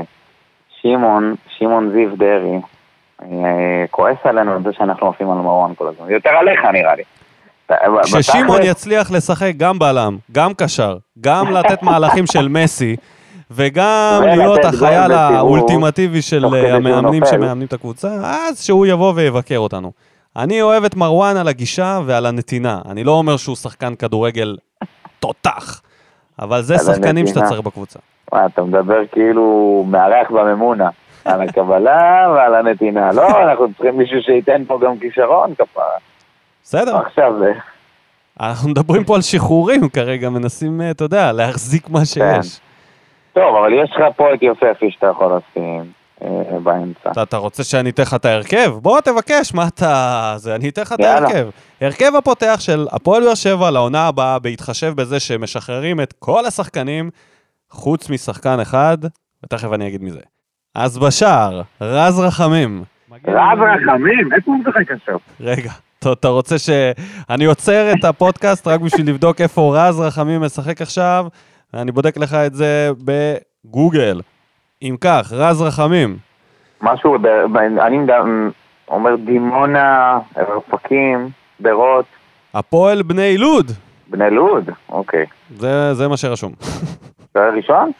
שמעון, שמעון זיו דרי, כועס עלינו את זה שאנחנו עושים על מרואן כל הזמן. יותר עליך נראה לי. כששמעון יצליח לשחק גם בלם, גם קשר, גם לתת מהלכים של מסי, וגם להיות החייל האולטימטיבי של המאמנים שמאמנים את הקבוצה, אז שהוא יבוא ויבקר אותנו. אני אוהב את מרואן על הגישה ועל הנתינה. אני לא אומר שהוא שחקן כדורגל תותח, אבל זה שחקנים שאתה צריך בקבוצה. מה, אתה מדבר כאילו מערך בממונה, על הקבלה ועל הנתינה. לא, אנחנו צריכים מישהו שייתן פה גם כישרון כפרה. בסדר. עכשיו זה. אנחנו מדברים פה על שחרורים כרגע, מנסים, אתה יודע, להחזיק מה שיש. טוב, אבל יש לך פה את יוספי שאתה יכול לשים באמצע. אתה, אתה רוצה שאני אתן לך את ההרכב? בוא תבקש, מה אתה... זה, אני אתן לך את ההרכב. הרכב הפותח של הפועל באר שבע לעונה הבאה, בהתחשב בזה שמשחררים את כל השחקנים, חוץ משחקן אחד, ותכף אני אגיד מזה. אז בשער, רז רחמים. רז רחמים? איפה הוא משחק עכשיו? רגע, אתה, אתה רוצה ש... אני עוצר את הפודקאסט רק בשביל לבדוק איפה רז רחמים משחק עכשיו, ואני בודק לך את זה בגוגל. אם כך, רז רחמים. משהו, אני אומר דימונה, אופקים, דרות. הפועל בני לוד. בני לוד? אוקיי. זה, זה מה שרשום. זה הראשון?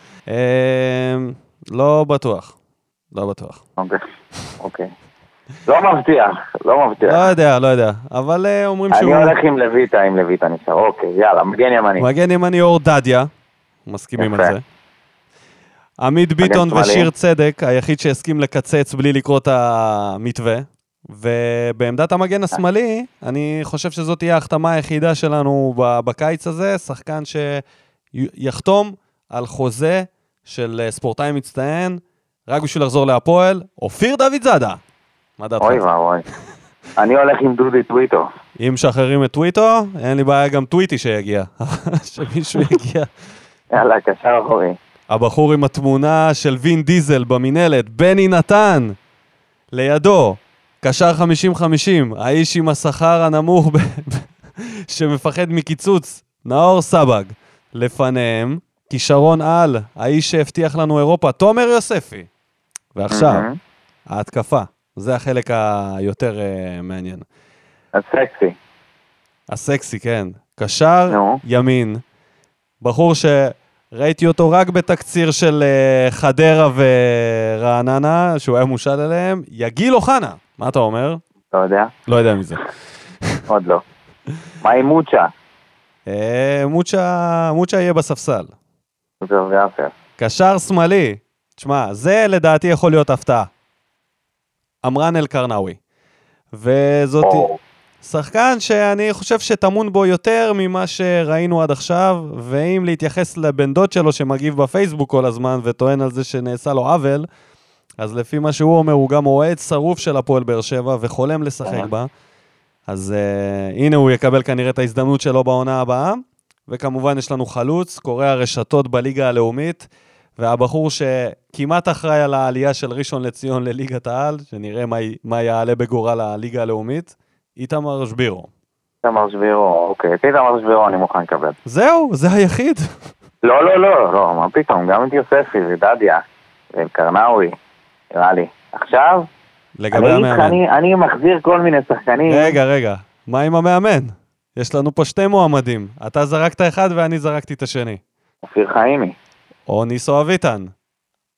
לא בטוח. לא בטוח. אוקיי, אוקיי. לא מבטיח, לא מבטיח. לא יודע, לא יודע. אבל אומרים שהוא... אני הולך עם לויטה, עם לויטה נשאר. אוקיי, יאללה, מגן ימני. מגן ימני אור דדיה. מסכימים על זה. עמית ביטון ושיר צדק, היחיד שהסכים לקצץ בלי לקרוא את המתווה. ובעמדת המגן השמאלי, אני חושב שזאת תהיה ההחתמה היחידה שלנו בקיץ הזה, שחקן שיחתום על חוזה של ספורטאי מצטיין, רק בשביל לחזור להפועל, אופיר דוד זאדה. מה דעתך? אוי ואוי. אני הולך עם דודי טוויטו. אם שחררים את טוויטו, אין לי בעיה גם טוויטי שיגיע. שמישהו יגיע. יאללה, קשר אחורי. הבחור עם התמונה של וין דיזל במנהלת, בני נתן, לידו, קשר חמישים חמישים, האיש עם השכר הנמוך שמפחד מקיצוץ, נאור סבג, לפניהם, כישרון על, האיש שהבטיח לנו אירופה, תומר יוספי. ועכשיו, ההתקפה, זה החלק היותר uh, מעניין. הסקסי. הסקסי, כן. קשר ימין, בחור שראיתי אותו רק בתקציר של uh, חדרה ורעננה, שהוא היה מושל אליהם, יגיל אוחנה. מה אתה אומר? לא יודע. לא יודע מזה. עוד לא. מה עם מוצ'ה? מוצ'ה, מוצ'ה יהיה בספסל. זה יפה. קשר שמאלי. תשמע, זה לדעתי יכול להיות הפתעה. אמרן אל קרנאווי. וזאת שחקן שאני חושב שתמון בו יותר ממה שראינו עד עכשיו, ואם להתייחס לבן דוד שלו שמגיב בפייסבוק כל הזמן וטוען על זה שנעשה לו עוול, אז לפי מה שהוא אומר, הוא גם אוהד שרוף של הפועל באר שבע וחולם לשחק בה. אז uh, הנה הוא יקבל כנראה את ההזדמנות שלו בעונה הבאה, וכמובן יש לנו חלוץ, קורא הרשתות בליגה הלאומית, והבחור שכמעט אחראי על העלייה של ראשון לציון לליגת העל, שנראה מה, מה יעלה בגורל הליגה הלאומית, איתמר שבירו. איתמר שבירו, אוקיי, את איתמר שבירו אני מוכן לקבל. זהו, זה היחיד. לא, לא, לא, לא, מה פתאום, גם את יוספי ודדיה, וקרנאווי, נראה לי. עכשיו, לגבי אני, המאמן. אני, אני מחזיר כל מיני שחקנים. רגע, רגע, מה עם המאמן? יש לנו פה שתי מועמדים. אתה זרקת אחד ואני זרקתי את השני. אופיר חיימי. או ניסו אביטן.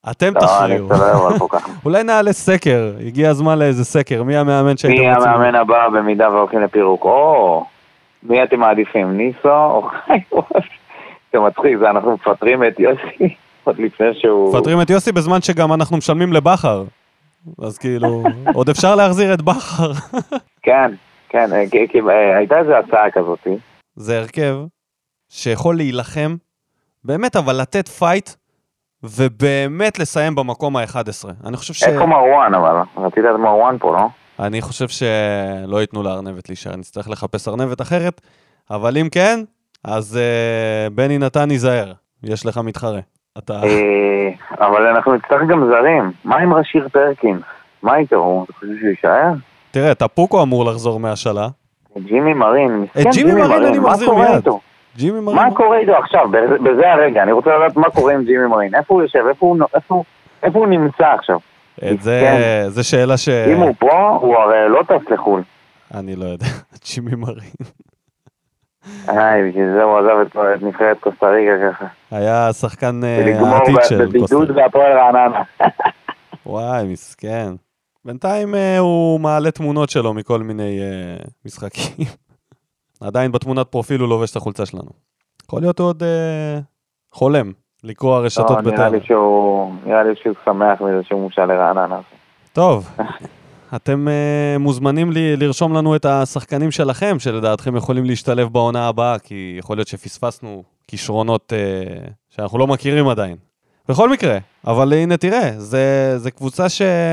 אתם לא, תכריעו. אני אצטרר אבל פה ככה. אולי נעלה סקר, הגיע הזמן לאיזה סקר, מי המאמן שהייתם מי רוצים? המאמן הבא במידה והולכים לפירוק? או, מי אתם מעדיפים? ניסו או חי? זה מצחיק, זה אנחנו מפטרים את יוסי עוד לפני שהוא... מפטרים את יוסי בזמן שגם אנחנו משלמים לבחר. אז כאילו, עוד אפשר להחזיר את בחר. כן, כן, כי הייתה איזו הצעה כזאת. זה הרכב שיכול להילחם, באמת אבל לתת פייט, ובאמת לסיים במקום ה-אחד עשר. אני חושב ש... איפה מרואן אבל? רצית את מרואן פה, לא? אני חושב שלא ייתנו לארנבת להישאר, נצטרך לחפש ארנבת אחרת, אבל אם כן, אז uh, בני נתן ייזהר, יש לך מתחרה. אתה... אבל אנחנו נצטרך גם זרים. מה עם רשיר פרקין? מה איתו? אתה חושב שהוא יישאר? תראה, טפוקו אמור לחזור מהשאלה. ג'ימי מרין. את ג'ימי מרין אני מחזיר מיד. ג'ימי מרין. מה קורה איתו עכשיו? בזה הרגע, אני רוצה לדעת מה קורה עם ג'ימי מרין. איפה הוא יושב? איפה הוא נמצא עכשיו? זה שאלה ש... אם הוא פה, הוא הרי לא טס לחול. אני לא יודע. ג'ימי מרין. היי, בשביל זה הוא עזב את נבחרת קוסטה ריקה ככה. היה שחקן העתיד של קוסטה. בבידוד והפועל רעננה. וואי, מסכן. בינתיים הוא מעלה תמונות שלו מכל מיני משחקים. עדיין בתמונת פרופיל הוא לובש את החולצה שלנו. יכול להיות עוד חולם לקרוא הרשתות בטרם. נראה לי שהוא שמח מזה שהוא מושל לרעננה. טוב. אתם uh, מוזמנים לי, לרשום לנו את השחקנים שלכם, שלדעתכם יכולים להשתלב בעונה הבאה, כי יכול להיות שפספסנו כישרונות uh, שאנחנו לא מכירים עדיין. בכל מקרה, אבל הנה תראה, זה, זה קבוצה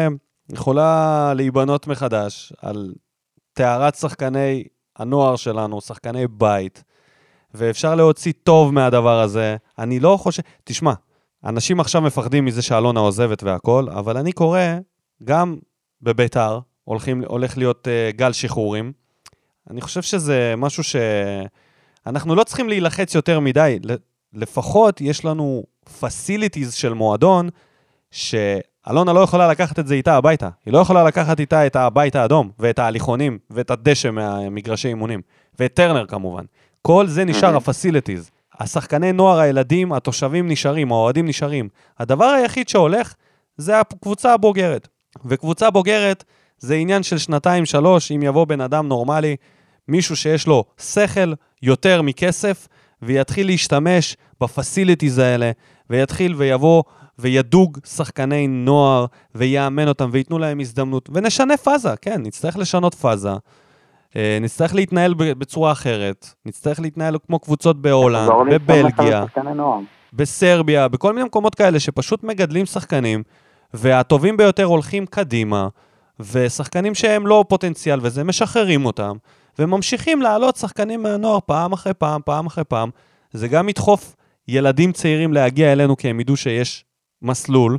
שיכולה להיבנות מחדש על תארת שחקני הנוער שלנו, שחקני בית, ואפשר להוציא טוב מהדבר הזה. אני לא חושב... תשמע, אנשים עכשיו מפחדים מזה שאלונה עוזבת והכל, אבל אני קורא גם... בביתר, הולכים, הולך להיות uh, גל שחרורים. אני חושב שזה משהו שאנחנו לא צריכים להילחץ יותר מדי. לפחות יש לנו facilities של מועדון, שאלונה לא יכולה לקחת את זה איתה הביתה. היא לא יכולה לקחת איתה את הבית האדום, ואת ההליכונים, ואת הדשא מהמגרשי אימונים, ואת טרנר כמובן. כל זה נשאר ה-facilities. השחקני נוער, הילדים, התושבים נשארים, האוהדים נשארים. הדבר היחיד שהולך, זה הקבוצה הבוגרת. וקבוצה בוגרת זה עניין של שנתיים, שלוש, אם יבוא בן אדם נורמלי, מישהו שיש לו שכל יותר מכסף, ויתחיל להשתמש בפסיליטיז האלה, ויתחיל ויבוא וידוג שחקני נוער, ויאמן אותם, ויתנו להם הזדמנות, ונשנה פאזה, כן, נצטרך לשנות פאזה, נצטרך להתנהל בצורה אחרת, נצטרך להתנהל כמו קבוצות בהולנד, בבלגיה, בסרביה, בכל מיני מקומות כאלה, שפשוט מגדלים שחקנים, והטובים ביותר הולכים קדימה, ושחקנים שהם לא פוטנציאל, וזה משחררים אותם, וממשיכים לעלות שחקנים מהנוער פעם אחרי פעם, פעם אחרי פעם. זה גם ידחוף ילדים צעירים להגיע אלינו, כי הם ידעו שיש מסלול,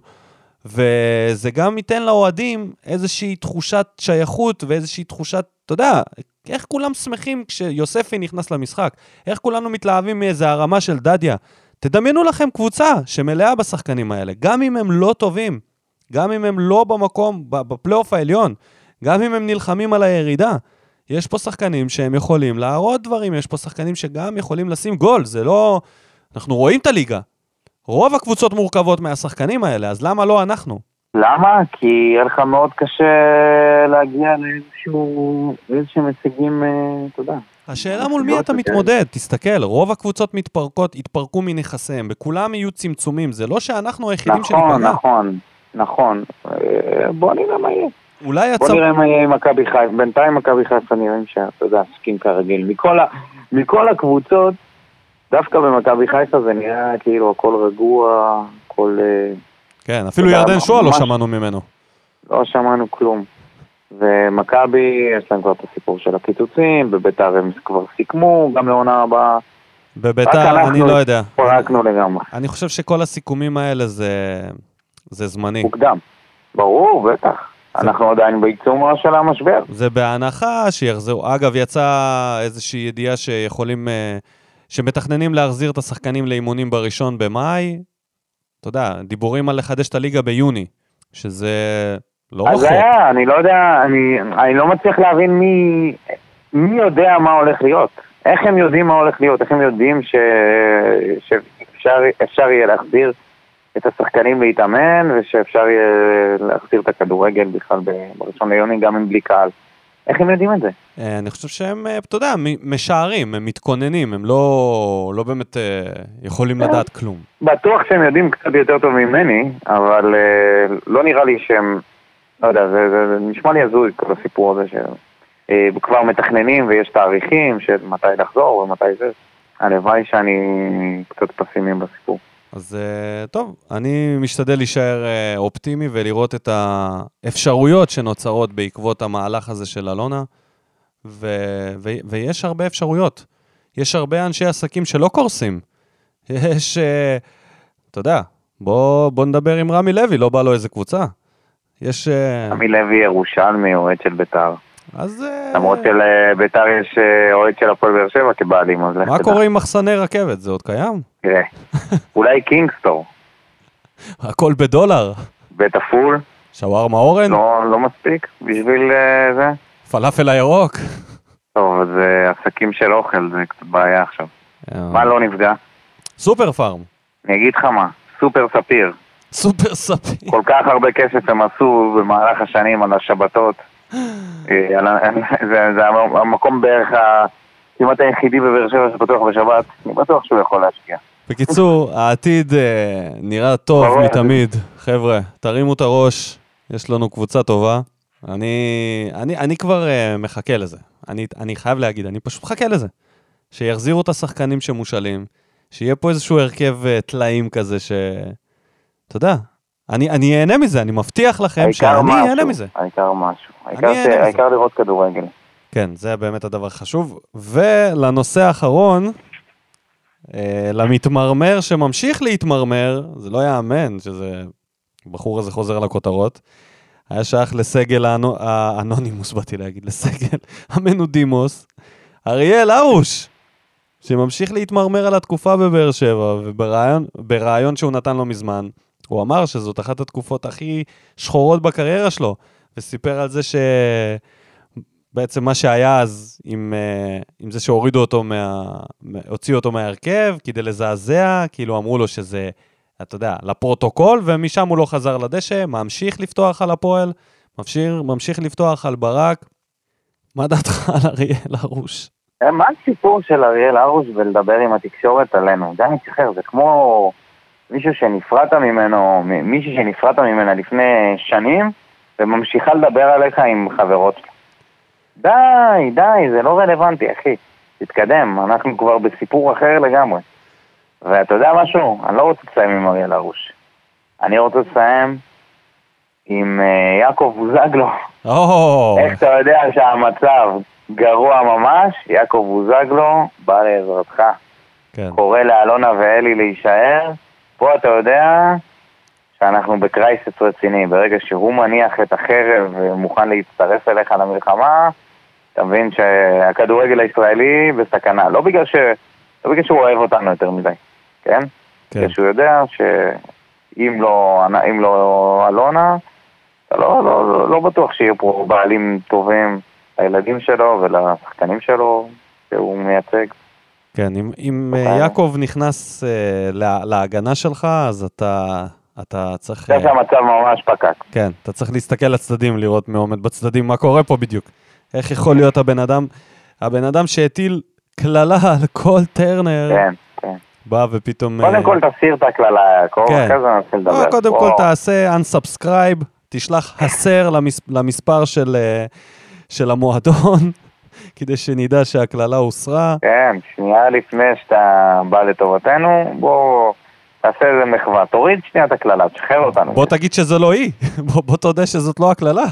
וזה גם ייתן לאוהדים איזושהי תחושת שייכות, ואיזושהי תחושת, אתה יודע, איך כולם שמחים כשיוספי נכנס למשחק, איך כולנו מתלהבים מאיזה הרמה של דדיה. תדמיינו לכם קבוצה שמלאה בשחקנים האלה, גם אם הם לא טובים, גם אם הם לא במקום, בפלייאוף העליון, גם אם הם נלחמים על הירידה, יש פה שחקנים שהם יכולים להראות דברים, יש פה שחקנים שגם יכולים לשים גול, זה לא... אנחנו רואים את הליגה. רוב הקבוצות מורכבות מהשחקנים האלה, אז למה לא אנחנו? למה? כי יהיה לך מאוד קשה להגיע לאיזשהו... איזשהם הישגים, אתה יודע. השאלה מול מי אתה מתמודד, תסתכל, רוב הקבוצות מתפרקות, התפרקו מנכסיהם, בכולם יהיו צמצומים, זה לא שאנחנו היחידים שניפגע. נכון, נכון, נכון. בוא נראה מה יהיה. אולי בוא נראה מה יהיה עם מכבי חיפה, בינתיים מכבי חיפה נראים שאתה יודע, סכים כרגיל. מכל הקבוצות, דווקא במכבי חיפה זה נראה כאילו הכל רגוע, הכל... כן, אפילו ירדן שואה לא שמענו ממנו. לא שמענו כלום. ומכבי, יש להם כבר את הסיפור של הקיצוצים, בביתר הם כבר סיכמו, גם לעונה הבאה. בביתר, אני לא יודע. פרקנו לגמרי. אני חושב שכל הסיכומים האלה זה, זה זמני. מוקדם. ברור, בטח. אנחנו עדיין בעיצומו של המשבר. זה בהנחה שיחזרו. אגב, יצא איזושהי ידיעה שיכולים, שמתכננים להחזיר את השחקנים לאימונים בראשון במאי. אתה יודע, דיבורים על לחדש את הליגה ביוני, שזה... לא אז רחוק. היה, אני לא יודע, אני, אני לא מצליח להבין מי, מי יודע מה הולך להיות. איך הם יודעים מה הולך להיות? איך הם יודעים ש, שאפשר אפשר יהיה להחזיר את השחקנים להתאמן, ושאפשר יהיה להחזיר את הכדורגל בכלל בראשון ליוני, גם עם בלי קהל. איך הם יודעים את זה? אני חושב שהם, אתה יודע, משערים, הם מתכוננים, הם לא, לא באמת יכולים לדעת כלום. בטוח שהם יודעים קצת יותר טוב ממני, אבל לא נראה לי שהם, לא יודע, זה, זה, זה נשמע לי הזוי כל הסיפור הזה, שכבר מתכננים ויש תאריכים של מתי לחזור ומתי זה. הלוואי שאני קצת פסימי בסיפור. אז טוב, אני משתדל להישאר אופטימי ולראות את האפשרויות שנוצרות בעקבות המהלך הזה של אלונה, ו- ו- ויש הרבה אפשרויות. יש הרבה אנשי עסקים שלא קורסים. יש, אתה יודע, בוא, בוא נדבר עם רמי לוי, לא בא לו איזה קבוצה. יש... רמי לוי ירושלמי, אוהד של ביתר. אז... למרות שלביתר יש אוהד של הפועל באר שבע כבעלים. מה קורה עם מחסני רכבת? זה עוד קיים? תראה, אולי קינגסטור. הכל בדולר. בית הפול. שווארמה אורן? לא, לא מספיק בשביל זה. פלאפל הירוק. טוב, זה עסקים של אוכל, זה קצת בעיה עכשיו. מה לא נפגע? סופר פארם. אני אגיד לך מה, סופר ספיר. סופר ספיר. כל כך הרבה כסף הם עשו במהלך השנים על השבתות. זה המקום בערך כמעט היחידי בבאר שבע שפתוח בשבת, אני בטוח שהוא יכול להשקיע. בקיצור, העתיד נראה טוב מתמיד. חבר'ה, תרימו את הראש, יש לנו קבוצה טובה. אני, אני, אני כבר מחכה לזה. אני, אני חייב להגיד, אני פשוט מחכה לזה. שיחזירו את השחקנים שמושלים, שיהיה פה איזשהו הרכב תלאים כזה ש... אתה יודע, אני, אני אהנה מזה, אני מבטיח לכם שאני אהנה מזה. העיקר משהו. העיקר לראות כדורגל. כן, זה באמת הדבר חשוב. ולנושא האחרון, למתמרמר שממשיך להתמרמר, זה לא יאמן שזה, הבחור הזה חוזר לכותרות, היה שייך לסגל האנונימוס, באתי להגיד, לסגל המנודימוס, אריאל ארוש, שממשיך להתמרמר על התקופה בבאר שבע, וברעיון שהוא נתן לו מזמן, הוא אמר שזאת אחת התקופות הכי שחורות בקריירה שלו, וסיפר על זה שבעצם מה שהיה אז, עם, עם זה שהורידו אותו, מה, הוציאו אותו מהרכב, כדי לזעזע, כאילו אמרו לו שזה, אתה יודע, לפרוטוקול, ומשם הוא לא חזר לדשא, ממשיך לפתוח על הפועל, ממשיך, ממשיך לפתוח על ברק. מה דעתך על אריאל ארוש? מה הסיפור של אריאל ארוש ולדבר עם התקשורת עלינו? זה מתשחרר, זה כמו מישהו שנפרדת ממנו, מישהו שנפרדת ממנה לפני שנים, וממשיכה לדבר עליך עם חברות. די, די, זה לא רלוונטי, אחי. תתקדם, אנחנו כבר בסיפור אחר לגמרי. ואתה יודע משהו? אני לא רוצה לסיים עם אריאל ארוש. אני רוצה לסיים עם uh, יעקב בוזגלו. Oh. איך אתה יודע שהמצב גרוע ממש? יעקב בוזגלו בא לעזרתך. כן. קורא לאלונה ואלי להישאר. פה אתה יודע שאנחנו בקרייסס רציני. ברגע שהוא מניח את החרב ומוכן להצטרף אליך למלחמה, אתה מבין שהכדורגל הישראלי בסכנה. לא בגלל, ש... לא בגלל שהוא אוהב אותנו יותר מדי, כן? כן. שהוא יודע שאם לא, אם לא אלונה, אתה לא, לא, לא, לא בטוח שיהיו פה בעלים טובים לילדים שלו ולשחקנים שלו שהוא מייצג. כן, אם, אם יעקב נכנס uh, לה, להגנה שלך, אז אתה, אתה צריך... זה שהמצב ממש פקק. כן, אתה צריך להסתכל לצדדים, לראות מי עומד בצדדים, מה קורה פה בדיוק. איך יכול להיות הבן אדם, הבן אדם שהטיל כללה על כל טרנר, כן, כן. בא ופתאום... קודם כל תסיר את הכללה, כן. אחרי זה נתחיל לדבר. קודם כל תעשה unsubscribe, תשלח הסר למס, למספר של, של המועדון, כדי שנדע שהכללה הוסרה. כן, שנייה לפני שאתה בא לטובתנו, בוא תעשה איזה מחווה, תוריד שנייה את הכללה, תשחרר אותנו. בוא תגיד שזה לא היא, בוא, בוא תודה שזאת לא הכללה.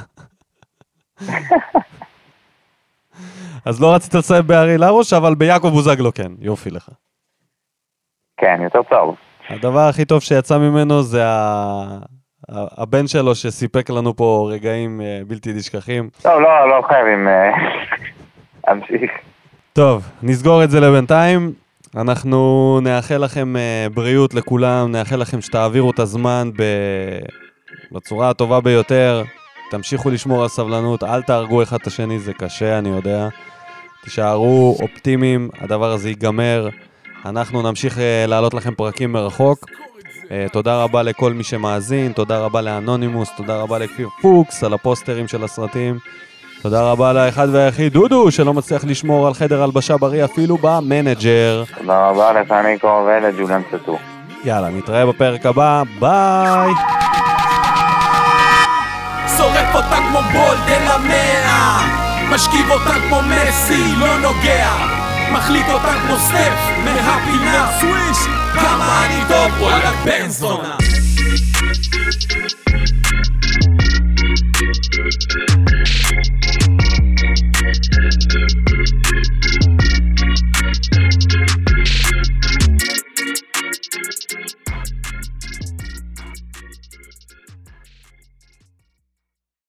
אז לא רצית לסיים באריאל ארוש, אבל ביעקב בוזגלו כן, יופי לך. כן, יותר טוב. הדבר הכי טוב שיצא ממנו זה הבן שלו שסיפק לנו פה רגעים בלתי נשכחים. לא, לא, לא חייבים להמשיך. טוב, נסגור את זה לבינתיים. אנחנו נאחל לכם בריאות לכולם, נאחל לכם שתעבירו את הזמן בצורה הטובה ביותר. תמשיכו לשמור על סבלנות, אל תהרגו אחד את השני, זה קשה, אני יודע. תישארו אופטימיים, הדבר הזה ייגמר. אנחנו נמשיך להעלות לכם פרקים מרחוק. תודה רבה לכל מי שמאזין, תודה רבה לאנונימוס, תודה רבה לכפיר פוקס על הפוסטרים של הסרטים, תודה רבה לאחד והיחיד דודו שלא מצליח לשמור על חדר הלבשה בריא אפילו במנג'ר. תודה רבה לך ניקו ולג'ולן סטור. יאללה, נתראה בפרק הבא, ביי. שורף אותה כמו בולדן למאה, משכיב אותה כמו מסי, לא נוגע, מחליט אותה כמו סטף, מהפינה סוויש, כמה אני טוב, וואלה בן זונה.